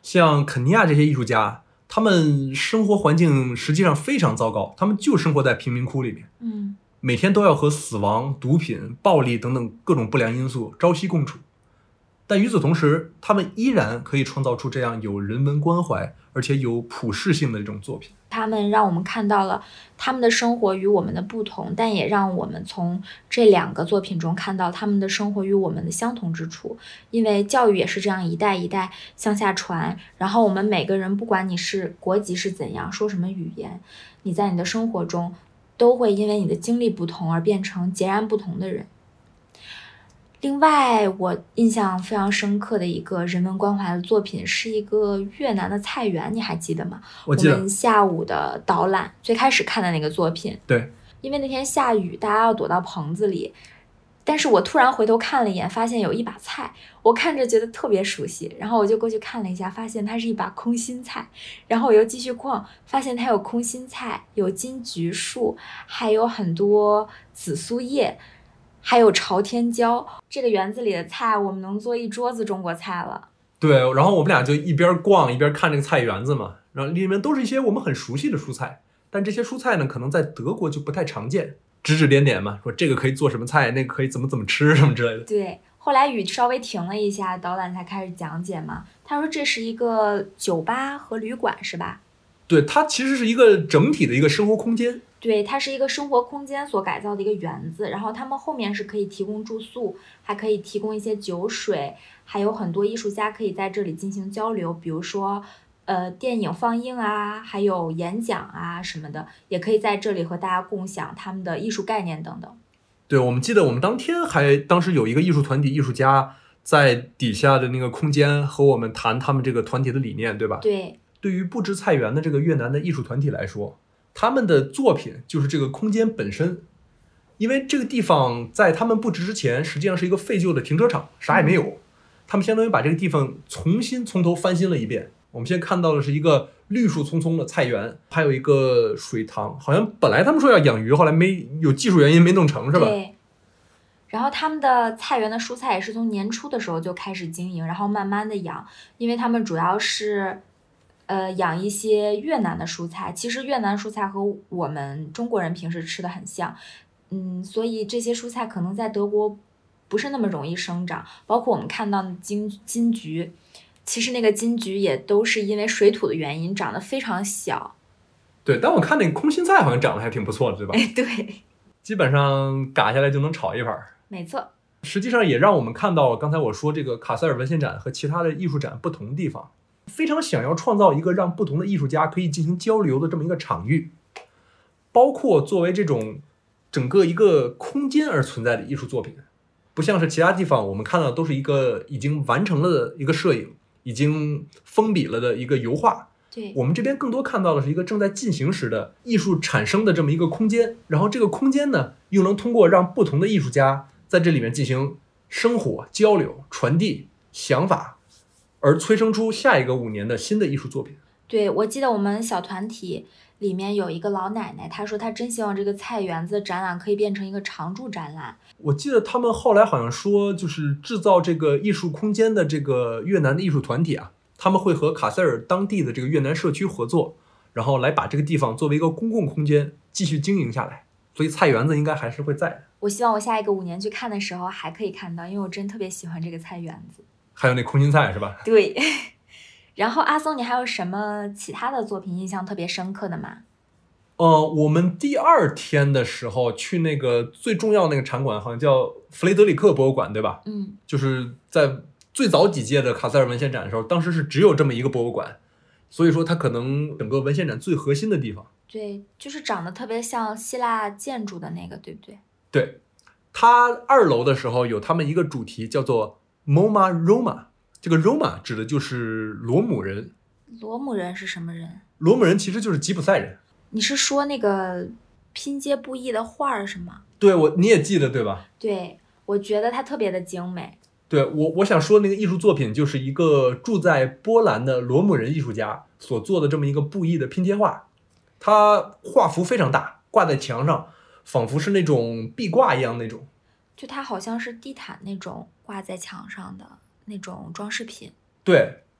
Speaker 1: 像肯尼亚这些艺术家，他们生活环境实际上非常糟糕，他们就生活在贫民窟里面，每天都要和死亡、毒品、暴力等等各种不良因素朝夕共处。但与此同时，他们依然可以创造出这样有人文关怀而且有普适性的这种作品。
Speaker 2: 他们让我们看到了他们的生活与我们的不同，但也让我们从这2个作品中看到他们的生活与我们的相同之处。因为教育也是这样一代一代向下传，然后我们每个人不管你是国籍是怎样，说什么语言，你在你的生活中都会因为你的经历不同而变成截然不同的人。另外我印象非常深刻的一个人文关怀的作品是一个越南的菜园，你还记得吗？
Speaker 1: 我记得。
Speaker 2: 我们下午的导览最开始看的那个作品。
Speaker 1: 对，
Speaker 2: 因为那天下雨，大家要躲到棚子里，但是我突然回头看了一眼，发现有一把菜，我看着觉得特别熟悉，然后我就过去看了一下，发现它是一把空心菜，然后我又继续逛，发现它有空心菜，有金桔树，还有很多紫苏叶，还有朝天椒。这个园子里的菜我们能做一桌子中国菜了。
Speaker 1: 对，然后我们俩就一边逛一边看这个菜园子嘛，然后里面都是一些我们很熟悉的蔬菜，但这些蔬菜呢可能在德国就不太常见，指指点点嘛，说这个可以做什么菜，那个可以怎么吃什么之类的。
Speaker 2: 对，后来雨稍微停了一下，导览才开始讲解嘛。他说这是一个酒吧和旅馆是吧？
Speaker 1: 对，它其实是一个整体的一个生活空间。
Speaker 2: 对，它是一个生活空间所改造的一个园子，然后他们后面是可以提供住宿，还可以提供一些酒水，还有很多艺术家可以在这里进行交流，比如说电影放映啊，还有演讲啊什么的，也可以在这里和大家共享他们的艺术概念等等。
Speaker 1: 对，我们记得我们当时有一个艺术团体艺术家在底下的那个空间和我们谈他们这个团体的理念，对吧？
Speaker 2: 对，
Speaker 1: 对于布置菜园的这个越南的艺术团体来说，他们的作品就是这个空间本身。因为这个地方在他们布置之前实际上是一个废旧的停车场，啥也没有，他们相当于把这个地方从头翻新了一遍。我们现在看到的是一个绿树葱葱的菜园，还有一个水塘，好像本来他们说要养鱼，后来没有技术原因没弄成，是吧？
Speaker 2: 对。然后他们的菜园的蔬菜也是从年初的时候就开始经营，然后慢慢的养，因为他们主要是养一些越南的蔬菜。其实越南蔬菜和我们中国人平时吃的很像，所以这些蔬菜可能在德国不是那么容易生长，包括我们看到的金桔，其实那个金桔也都是因为水土的原因长得非常小。
Speaker 1: 对，但我看那个空心菜好像长得还挺不错的，对吧？
Speaker 2: 哎，对，
Speaker 1: 基本上嘎下来就能炒一盘。
Speaker 2: 没错。
Speaker 1: 实际上也让我们看到了刚才我说这个卡塞尔文献展和其他的艺术展不同的地方，非常想要创造一个让不同的艺术家可以进行交流的这么一个场域，包括作为这种整个一个空间而存在的艺术作品，不像是其他地方我们看到的都是一个已经完成了的一个摄影，已经封笔了的一个油画。
Speaker 2: 对，
Speaker 1: 我们这边更多看到的是一个正在进行时的艺术产生的这么一个空间，然后这个空间呢又能通过让不同的艺术家在这里面进行生活、交流、传递想法，而催生出下一个5年的新的艺术作品。
Speaker 2: 对，我记得我们小团体里面有一个老奶奶，她说她真希望这个菜园子展览可以变成一个常驻展览。
Speaker 1: 我记得他们后来好像说，就是制造这个艺术空间的这个越南的艺术团体啊，他们会和卡塞尔当地的这个越南社区合作，然后来把这个地方作为一个公共空间继续经营下来。所以菜园子应该还是会在的。
Speaker 2: 我希望我下一个5年去看的时候还可以看到，因为我真特别喜欢这个菜园子。
Speaker 1: 还有那空心菜是吧？
Speaker 2: 对。然后阿松，你还有什么其他的作品印象特别深刻的吗？
Speaker 1: 我们第2天的时候去那个最重要那个场馆，好像叫弗雷德里克博物馆，对吧？就是在最早几届的卡塞尔文献展的时候，当时是只有这么一个博物馆，所以说它可能整个文献展最核心的地方。
Speaker 2: 对，就是长得特别像希腊建筑的那个，对不对？
Speaker 1: 对，它2楼的时候有他们一个主题叫做 MoMA Roma， 这个 Roma 指的就是罗姆人。
Speaker 2: 罗姆人是什么人？
Speaker 1: 罗姆人其实就是吉普赛人。
Speaker 2: 你是说那个拼接不易的画儿是吗？
Speaker 1: 对，你也记得对吧？
Speaker 2: 对，我觉得它特别的精美。
Speaker 1: 对，我想说那个艺术作品就是一个住在波兰的罗姆人艺术家所做的这么一个布艺的拼贴画，它画幅非常大，挂在墙上，仿佛是那种壁挂一样那种。
Speaker 2: 就它好像是地毯那种挂在墙上的那种装饰品。
Speaker 1: 对，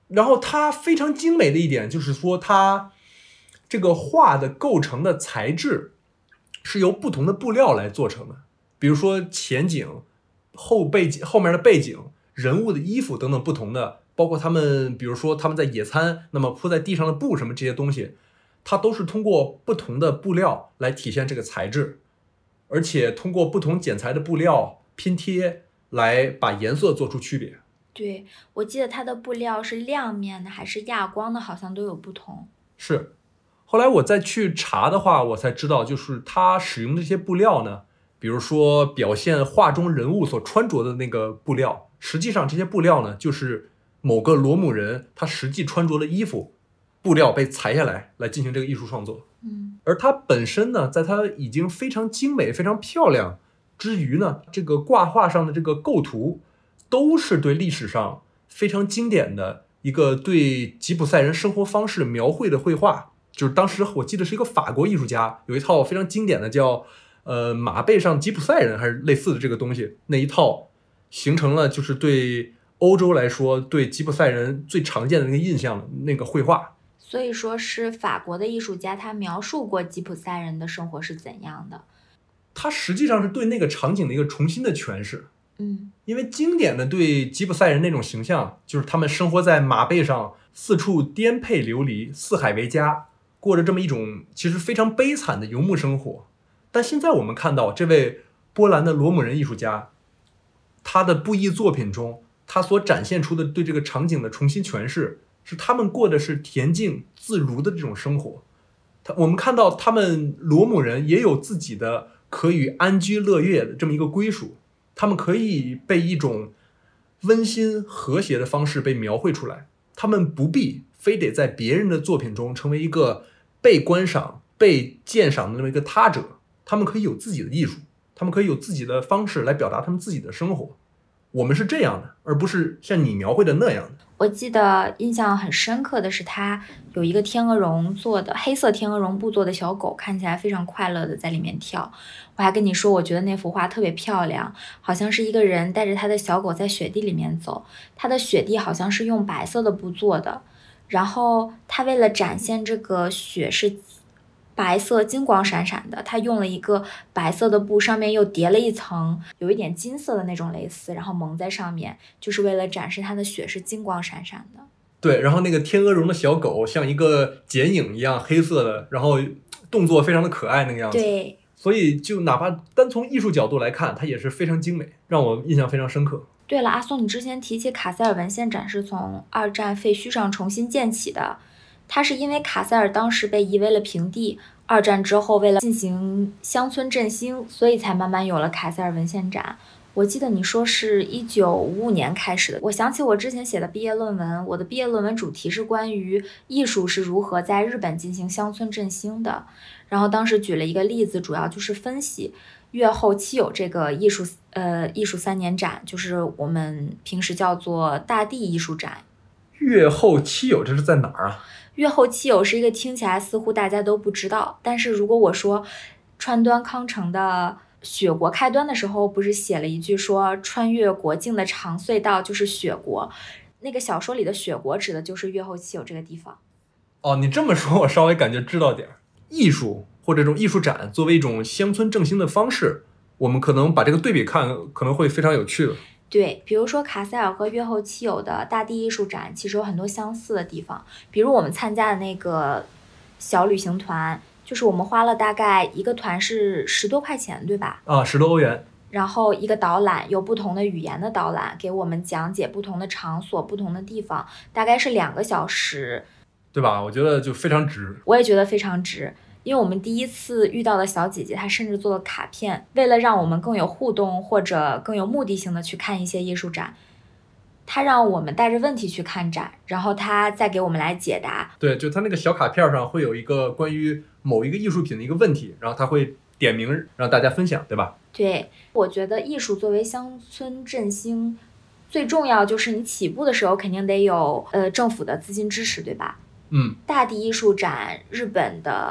Speaker 1: 然后它非常精美的一点就是说，它这个画的构成的材质是由不同的布料来做成的，比如说前景、后面的背景、人物的衣服等等不同的，包括他们，比如说他们在野餐，那么铺在地上的布什么这些东西，它都是通过不同的布料来体现这个材质，而且通过不同剪裁的布料拼贴来把颜色做出区别。
Speaker 2: 对，我记得它的布料是亮面的还是亚光的，好像都有不同。
Speaker 1: 是，后来我再去查的话，我才知道，就是它使用这些布料呢，比如说表现画中人物所穿着的那个布料，实际上这些布料呢，就是某个罗姆人他实际穿着的衣服，布料被裁下来进行这个艺术创作。而它本身呢，在它已经非常精美、非常漂亮之余呢，这个挂画上的这个构图，都是对历史上非常经典的一个对吉普赛人生活方式描绘的绘画。就是当时我记得是一个法国艺术家有一套非常经典的叫马背上吉普赛人还是类似的这个东西，那一套形成了就是对欧洲来说对吉普赛人最常见的那个印象的那个绘画。
Speaker 2: 所以说是法国的艺术家他描述过吉普赛人的生活是怎样的，
Speaker 1: 他实际上是对那个场景的一个重新的诠释。因为经典的对吉普赛人那种形象就是他们生活在马背上，四处颠沛流离，四海为家，过着这么一种其实非常悲惨的游牧生活。但现在我们看到这位波兰的罗姆人艺术家，他的布艺作品中他所展现出的对这个场景的重新诠释，是他们过的是恬静自如的这种生活。我们看到他们罗姆人也有自己的可以安居乐业的这么一个归属，他们可以被一种温馨和谐的方式被描绘出来，他们不必非得在别人的作品中成为一个被观赏被鉴赏的那么一个他者，他们可以有自己的艺术，他们可以有自己的方式来表达他们自己的生活。我们是这样的，而不是像你描绘的那样的。
Speaker 2: 我记得印象很深刻的是他有一个天鹅绒做的黑色天鹅绒布做的小狗，看起来非常快乐的在里面跳。我还跟你说我觉得那幅画特别漂亮，好像是一个人带着他的小狗在雪地里面走，他的雪地好像是用白色的布做的，然后他为了展现这个雪是白色金光闪闪的，他用了一个白色的布，上面又叠了一层有一点金色的那种蕾丝，然后蒙在上面，就是为了展示它的雪是金光闪闪的。
Speaker 1: 对，然后那个天鹅绒的小狗像一个剪影一样黑色的，然后动作非常的可爱那个样子。
Speaker 2: 对，
Speaker 1: 所以就哪怕单从艺术角度来看，它也是非常精美，让我印象非常深刻。
Speaker 2: 对了，阿松，你之前提起卡塞尔文献展是从二战废墟上重新建起的，它是因为卡塞尔当时被夷为了平地，二战之后为了进行乡村振兴，所以才慢慢有了卡塞尔文献展。我记得你说是1955年开始的，我想起我之前写的毕业论文，我的毕业论文主题是关于艺术是如何在日本进行乡村振兴的，然后当时举了一个例子，主要就是分析越后期有这个艺术3年展，就是我们平时叫做大地艺术展。
Speaker 1: 越后期有这是在哪儿啊？
Speaker 2: 越后期有是一个听起来似乎大家都不知道，但是如果我说川端康成的雪国开端的时候，不是写了一句说穿越国境的长隧道就是雪国，那个小说里的雪国指的就是越后期有这个地方。
Speaker 1: 哦，你这么说我稍微感觉知道点。艺术或者这种艺术展作为一种乡村振兴的方式，我们可能把这个对比看可能会非常有趣的。
Speaker 2: 对，比如说卡塞尔和越后期有的大地艺术展其实有很多相似的地方，比如我们参加的那个小旅行团，就是我们花了大概一个团是10多块钱，对吧
Speaker 1: ？10多欧元。
Speaker 2: 然后一个导览，有不同的语言的导览，给我们讲解不同的场所、不同的地方，大概是2个小时，
Speaker 1: 对吧？我觉得就非常值。
Speaker 2: 我也觉得非常值。因为我们第一次遇到的小姐姐，她甚至做了卡片，为了让我们更有互动或者更有目的性的去看一些艺术展，她让我们带着问题去看展，然后她再给我们来解答。
Speaker 1: 对，就她那个小卡片上会有一个关于某一个艺术品的一个问题，然后她会点名让大家分享，对吧？
Speaker 2: 对，我觉得艺术作为乡村振兴，最重要就是你起步的时候肯定得有政府的资金支持，对吧？
Speaker 1: 嗯，
Speaker 2: 大地艺术展，日本的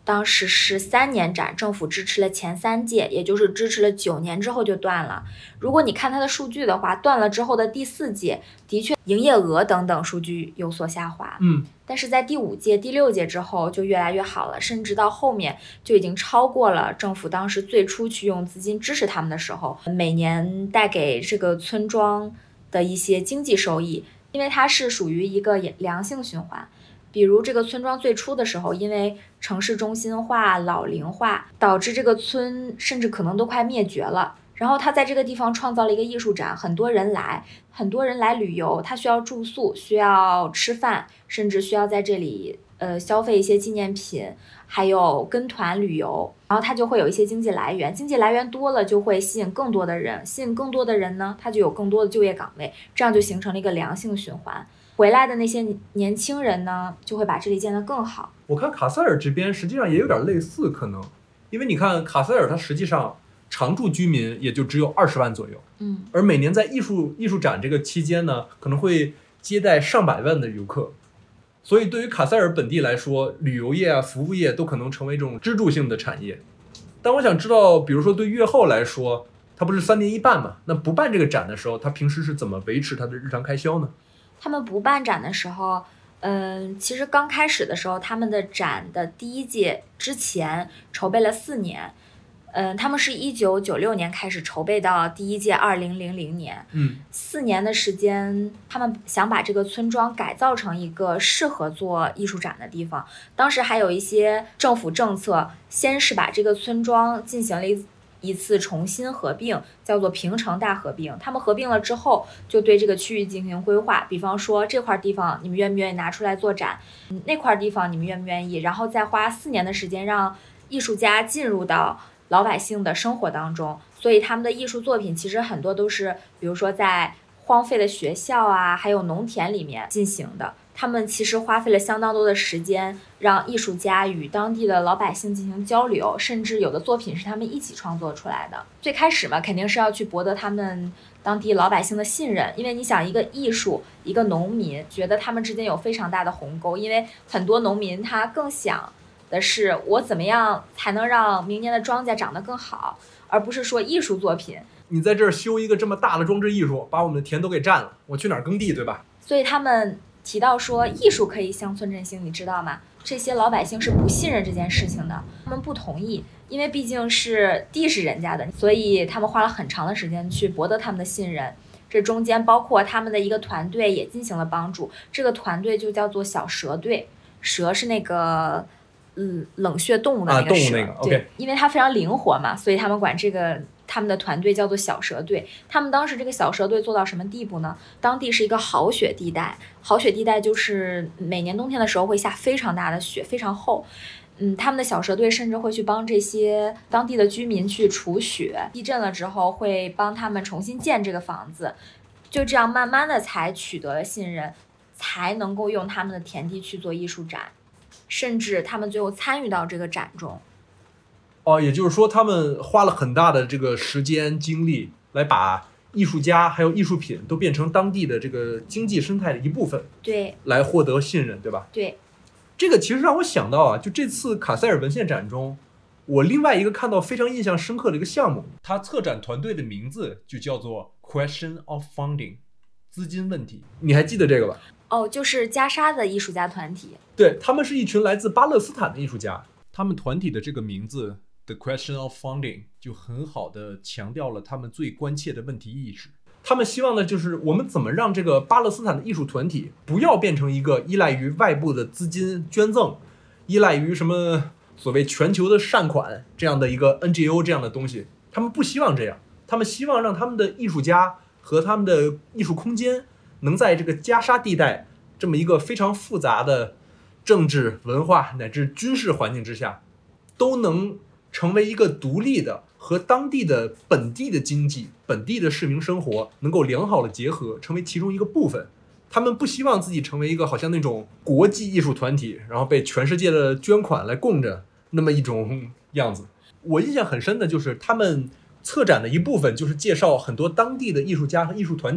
Speaker 2: 当时是3年展，政府支持了前3届，也就是支持了9年之后就断了。如果你看它的数据的话，断了之后的第4届，的确营业额等等数据有所下滑。但是在第5届、第6届之后就越来越好了，甚至到后面就已经超过了政府当时最初去用资金支持他们的时候，每年带给这个村庄的一些经济收益，因为它是属于一个良性循环。比如这个村庄最初的时候，因为城市中心化、老龄化，导致这个村甚至可能都快灭绝了。然后他在这个地方创造了一个艺术展，很多人来旅游，他需要住宿，需要吃饭，甚至需要在这里消费一些纪念品，还有跟团旅游，然后它就会有一些经济来源，经济来源多了就会吸引更多的人，吸引更多的人呢，它就有更多的就业岗位，这样就形成了一个良性循环。回来的那些年轻人呢，就会把这里建得更好。
Speaker 1: 我看卡塞尔这边实际上也有点类似，可能因为你看卡塞尔它实际上常住居民也就只有20万左右，而每年在艺术展这个期间呢，可能会接待上百万的游客，所以对于卡塞尔本地来说，旅游业啊、服务业都可能成为这种支柱性的产业。但我想知道，比如说对越后来说，它不是3年一办嘛？那不办这个展的时候，他平时是怎么维持他的日常开销呢？
Speaker 2: 他们不办展的时候，其实刚开始的时候，他们的展的第1届之前筹备了4年，他们是1996年开始筹备到第1届2000年，4年的时间，他们想把这个村庄改造成一个适合做艺术展的地方。当时还有一些政府政策，先是把这个村庄进行了一次重新合并，叫做平城大合并。他们合并了之后，就对这个区域进行规划，比方说这块地方你们愿不愿意拿出来做展，那块地方你们愿不愿意，然后再花4年的时间让艺术家进入到老百姓的生活当中。所以他们的艺术作品其实很多都是比如说在荒废的学校啊，还有农田里面进行的。他们其实花费了相当多的时间，让艺术家与当地的老百姓进行交流，甚至有的作品是他们一起创作出来的。最开始嘛，肯定是要去博得他们当地老百姓的信任，因为你想，一个艺术，一个农民，觉得他们之间有非常大的鸿沟，因为很多农民他更想的是我怎么样才能让明年的庄稼长得更好，而不是说艺术作品。
Speaker 1: 你在这儿修一个这么大的装置艺术，把我们的田都给占了，我去哪儿耕地，对吧？
Speaker 2: 所以他们提到说艺术可以乡村振兴，你知道吗？这些老百姓是不信任这件事情的，他们不同意，因为毕竟是地是人家的，所以他们花了很长的时间去博得他们的信任。这中间包括他们的一个团队也进行了帮助，这个团队就叫做小蛇队，蛇是那个冷血动物的那个蛇，
Speaker 1: 动物那个 OK，
Speaker 2: 对，因为它非常灵活嘛，所以他们管这个他们的团队叫做小蛇队。他们当时这个小蛇队做到什么地步呢？当地是一个豪雪地带，豪雪地带就是每年冬天的时候会下非常大的雪，非常厚。他们的小蛇队甚至会去帮这些当地的居民去除雪，地震了之后会帮他们重新建这个房子，就这样慢慢的才取得了信任，才能够用他们的田地去做艺术展，甚至他们最后参与到这个展中。
Speaker 1: 也就是说他们花了很大的这个时间精力来把艺术家还有艺术品都变成当地的这个经济生态的一部分，
Speaker 2: 对，
Speaker 1: 来获得信任，对吧？
Speaker 2: 对，
Speaker 1: 这个其实让我想到啊，就这次卡塞尔文献展中，我另外一个看到非常印象深刻的一个项目，它策展团队的名字就叫做 Question of Funding， 资金问题，你还记得这个吧？
Speaker 2: 就是加沙的艺术家团体，
Speaker 1: 对，他们是一群来自巴勒斯坦的艺术家，他们团体的这个名字 The Question of Funding 就很好的强调了他们最关切的问题意识。他们希望的就是我们怎么让这个巴勒斯坦的艺术团体不要变成一个依赖于外部的资金捐赠，依赖于什么所谓全球的善款这样的一个 NGO 这样的东西，他们不希望这样，他们希望让他们的艺术家和他们的艺术空间能在这个加沙地带这么一个非常复杂的政治、文化乃至军事环境之下，都能成为一个独立的和当地的本地的经济、本地的市民生活能够良好的结合，成为其中一个部分。他们不希望自己成为一个好像那种国际艺术团体，然后被全世界的捐款来供着那么一种样子。我印象很深的就是他们策展的一部分就是介绍很多当地的艺术家和艺术团体，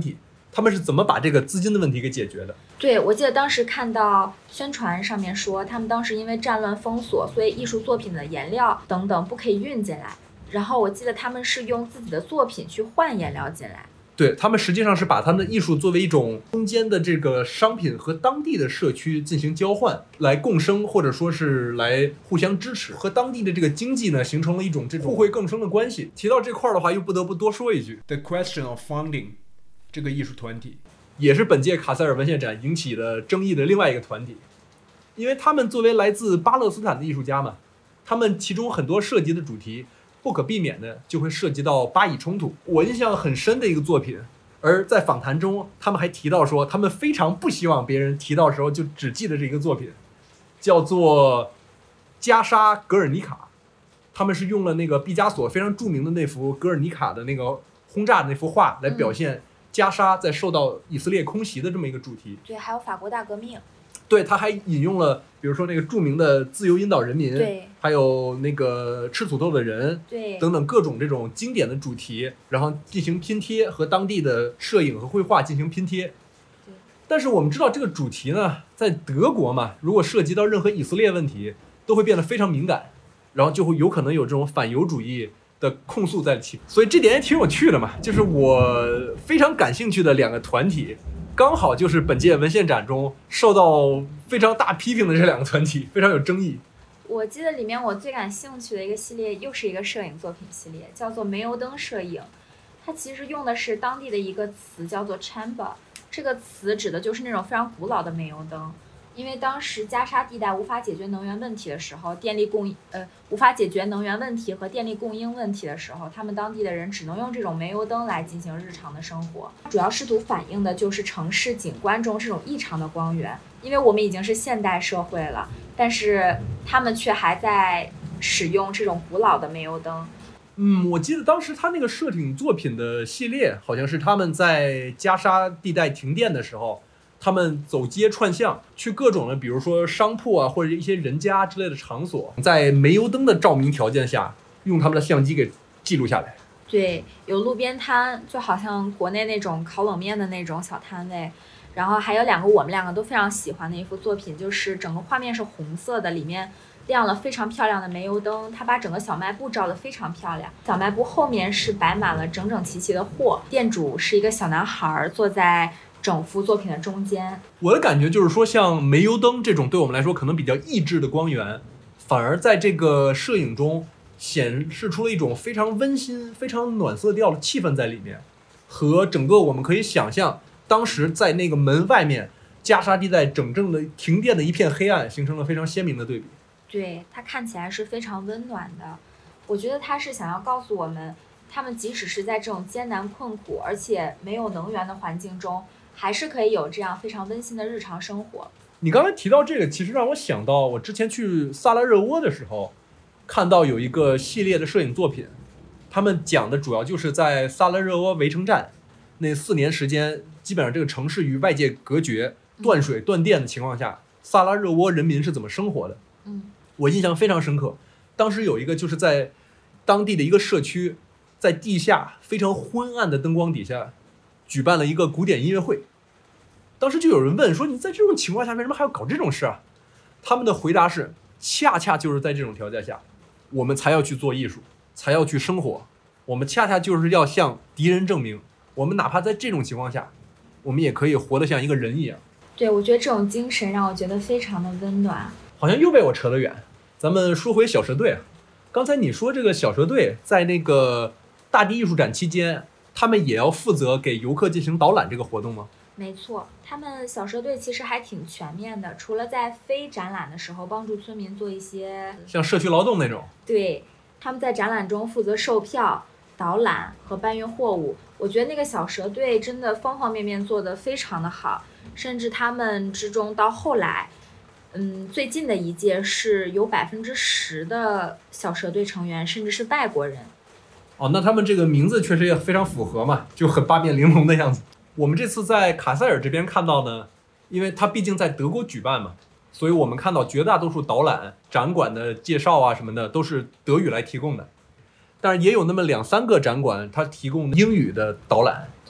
Speaker 1: 他们是怎么把这个资金的问题给解决的？
Speaker 2: 对，我记得当时看到宣传上面说，他们当时因为战乱封锁，所以艺术作品的颜料等等不可以运进来。然后我记得他们是用自己的作品去换颜料进来。
Speaker 1: 对，他们实际上是把他们的艺术作为一种中间的这个商品和当地的社区进行交换，来共生，或者说是来互相支持，和当地的这个经济呢形成了一种这种互惠共生的关系。提到这块的话，又不得不多说一句 The Question of Funding 这个艺术团体，也是本届卡塞尔文献展引起的争议的另外一个团体，因为他们作为来自巴勒斯坦的艺术家嘛，他们其中很多涉及的主题不可避免的就会涉及到巴以冲突。我印象很深的一个作品，而在访谈中他们还提到说，他们非常不希望别人提到的时候就只记得这个作品，叫做加沙格尔尼卡。他们是用了那个毕加索非常著名的那幅格尔尼卡的那个轰炸的那幅画来表现加沙在受到以色列空袭的这么一个主题。
Speaker 2: 对，还有法国大革命。
Speaker 1: 对，他还引用了比如说那个著名的自由引导人民，
Speaker 2: 对，
Speaker 1: 还有那个吃土豆的人，
Speaker 2: 对，
Speaker 1: 等等各种这种经典的主题，然后进行拼贴，和当地的摄影和绘画进行拼贴。但是我们知道这个主题呢，在德国嘛，如果涉及到任何以色列问题，都会变得非常敏感，然后就会有可能有这种反犹主义的控诉在其中。所以这点也挺有趣的嘛，就是我非常感兴趣的两个团体，刚好就是本届文献展中受到非常大批评的这两个团体，非常有争议。
Speaker 2: 我记得里面我最感兴趣的一个系列又是一个摄影作品系列，叫做煤油灯摄影。它其实用的是当地的一个词叫做 chamber， 这个词指的就是那种非常古老的煤油灯。因为当时加沙地带无法解决能源问题的时候，无法解决能源问题和电力供应问题的时候，他们当地的人只能用这种煤油灯来进行日常的生活。主要试图反映的就是城市景观中这种异常的光源，因为我们已经是现代社会了，但是他们却还在使用这种古老的煤油灯。
Speaker 1: 我记得当时他那个摄影作品的系列，好像是他们在加沙地带停电的时候，他们走街串巷，去各种的比如说商铺啊，或者一些人家之类的场所，在煤油灯的照明条件下，用他们的相机给记录下来。
Speaker 2: 对，有路边摊，就好像国内那种烤冷面的那种小摊位，然后还有我们两个都非常喜欢的一幅作品，就是整个画面是红色的，里面亮了非常漂亮的煤油灯，它把整个小卖部照得非常漂亮。小卖部后面是摆满了整整齐齐的货，店主是一个小男孩坐在整幅作品的中间。
Speaker 1: 我的感觉就是说，像煤油灯这种对我们来说可能比较抑制的光源，反而在这个摄影中显示出了一种非常温馨、非常暖色调的气氛在里面，和整个我们可以想象当时在那个门外面加沙地带整正的停电的一片黑暗形成了非常鲜明的对比。
Speaker 2: 对，它看起来是非常温暖的。我觉得它是想要告诉我们，他们即使是在这种艰难困苦而且没有能源的环境中，还是可以有这样非常温馨的日常生活。
Speaker 1: 你刚才提到这个，其实让我想到我之前去萨拉热窝的时候，看到有一个系列的摄影作品，他们讲的主要就是在萨拉热窝围城战那4年时间，基本上这个城市与外界隔绝、断水断电的情况下，萨拉热窝人民是怎么生活的。我印象非常深刻，当时有一个就是在当地的一个社区，在地下非常昏暗的灯光底下举办了一个古典音乐会。当时就有人问说，你在这种情况下为什么还要搞这种事啊？他们的回答是，恰恰就是在这种条件下，我们才要去做艺术，才要去生活，我们恰恰就是要向敌人证明，我们哪怕在这种情况下，我们也可以活得像一个人一样。
Speaker 2: 对，我觉得这种精神让我觉得非常的温暖。
Speaker 1: 好像又被我扯得远，咱们说回小蛇队啊。刚才你说这个小蛇队在那个大地艺术展期间，他们也要负责给游客进行导览这个活动吗？
Speaker 2: 没错，他们小蛇队其实还挺全面的，除了在非展览的时候帮助村民做一些
Speaker 1: 像社区劳动那种。
Speaker 2: 对，他们在展览中负责售票、导览和搬运货物。我觉得那个小蛇队真的方方面面做得非常的好，甚至他们之中到后来最近的一届是有10%的小蛇队成员甚至是外国人。
Speaker 1: 哦，那他们这个名字确实也非常符合嘛，就很八面玲珑的样子。我们这次在卡塞尔这边看到呢，因为它毕竟在德国举办嘛，所以我们看到绝大多数导览、展馆的介绍啊什么的都是德语来提供的，但是也有那么2-3个展馆它提供英语的导览。
Speaker 2: 对，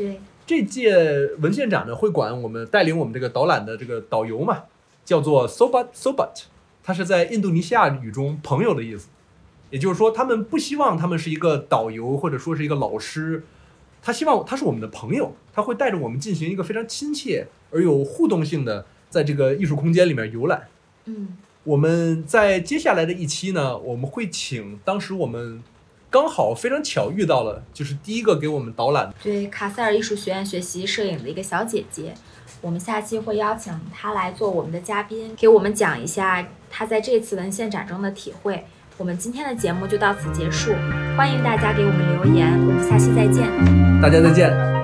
Speaker 1: 这届文献展呢会管我们带领我们这个导览的这个导游嘛，叫做 Sobat， 它是在印度尼西亚语中朋友的意思。也就是说，他们不希望他们是一个导游或者说是一个老师，他希望他是我们的朋友，他会带着我们进行一个非常亲切而有互动性的在这个艺术空间里面游览。我们在接下来的一期呢，我们会请当时我们刚好非常巧遇到了，就是第一个给我们导览
Speaker 2: 对卡塞尔艺术学院学习摄影的一个小姐姐，我们下期会邀请她来做我们的嘉宾，给我们讲一下她在这次文献展中的体会。我们今天的节目就到此结束，欢迎大家给我们留言，我们下期再见。
Speaker 1: 大家再见。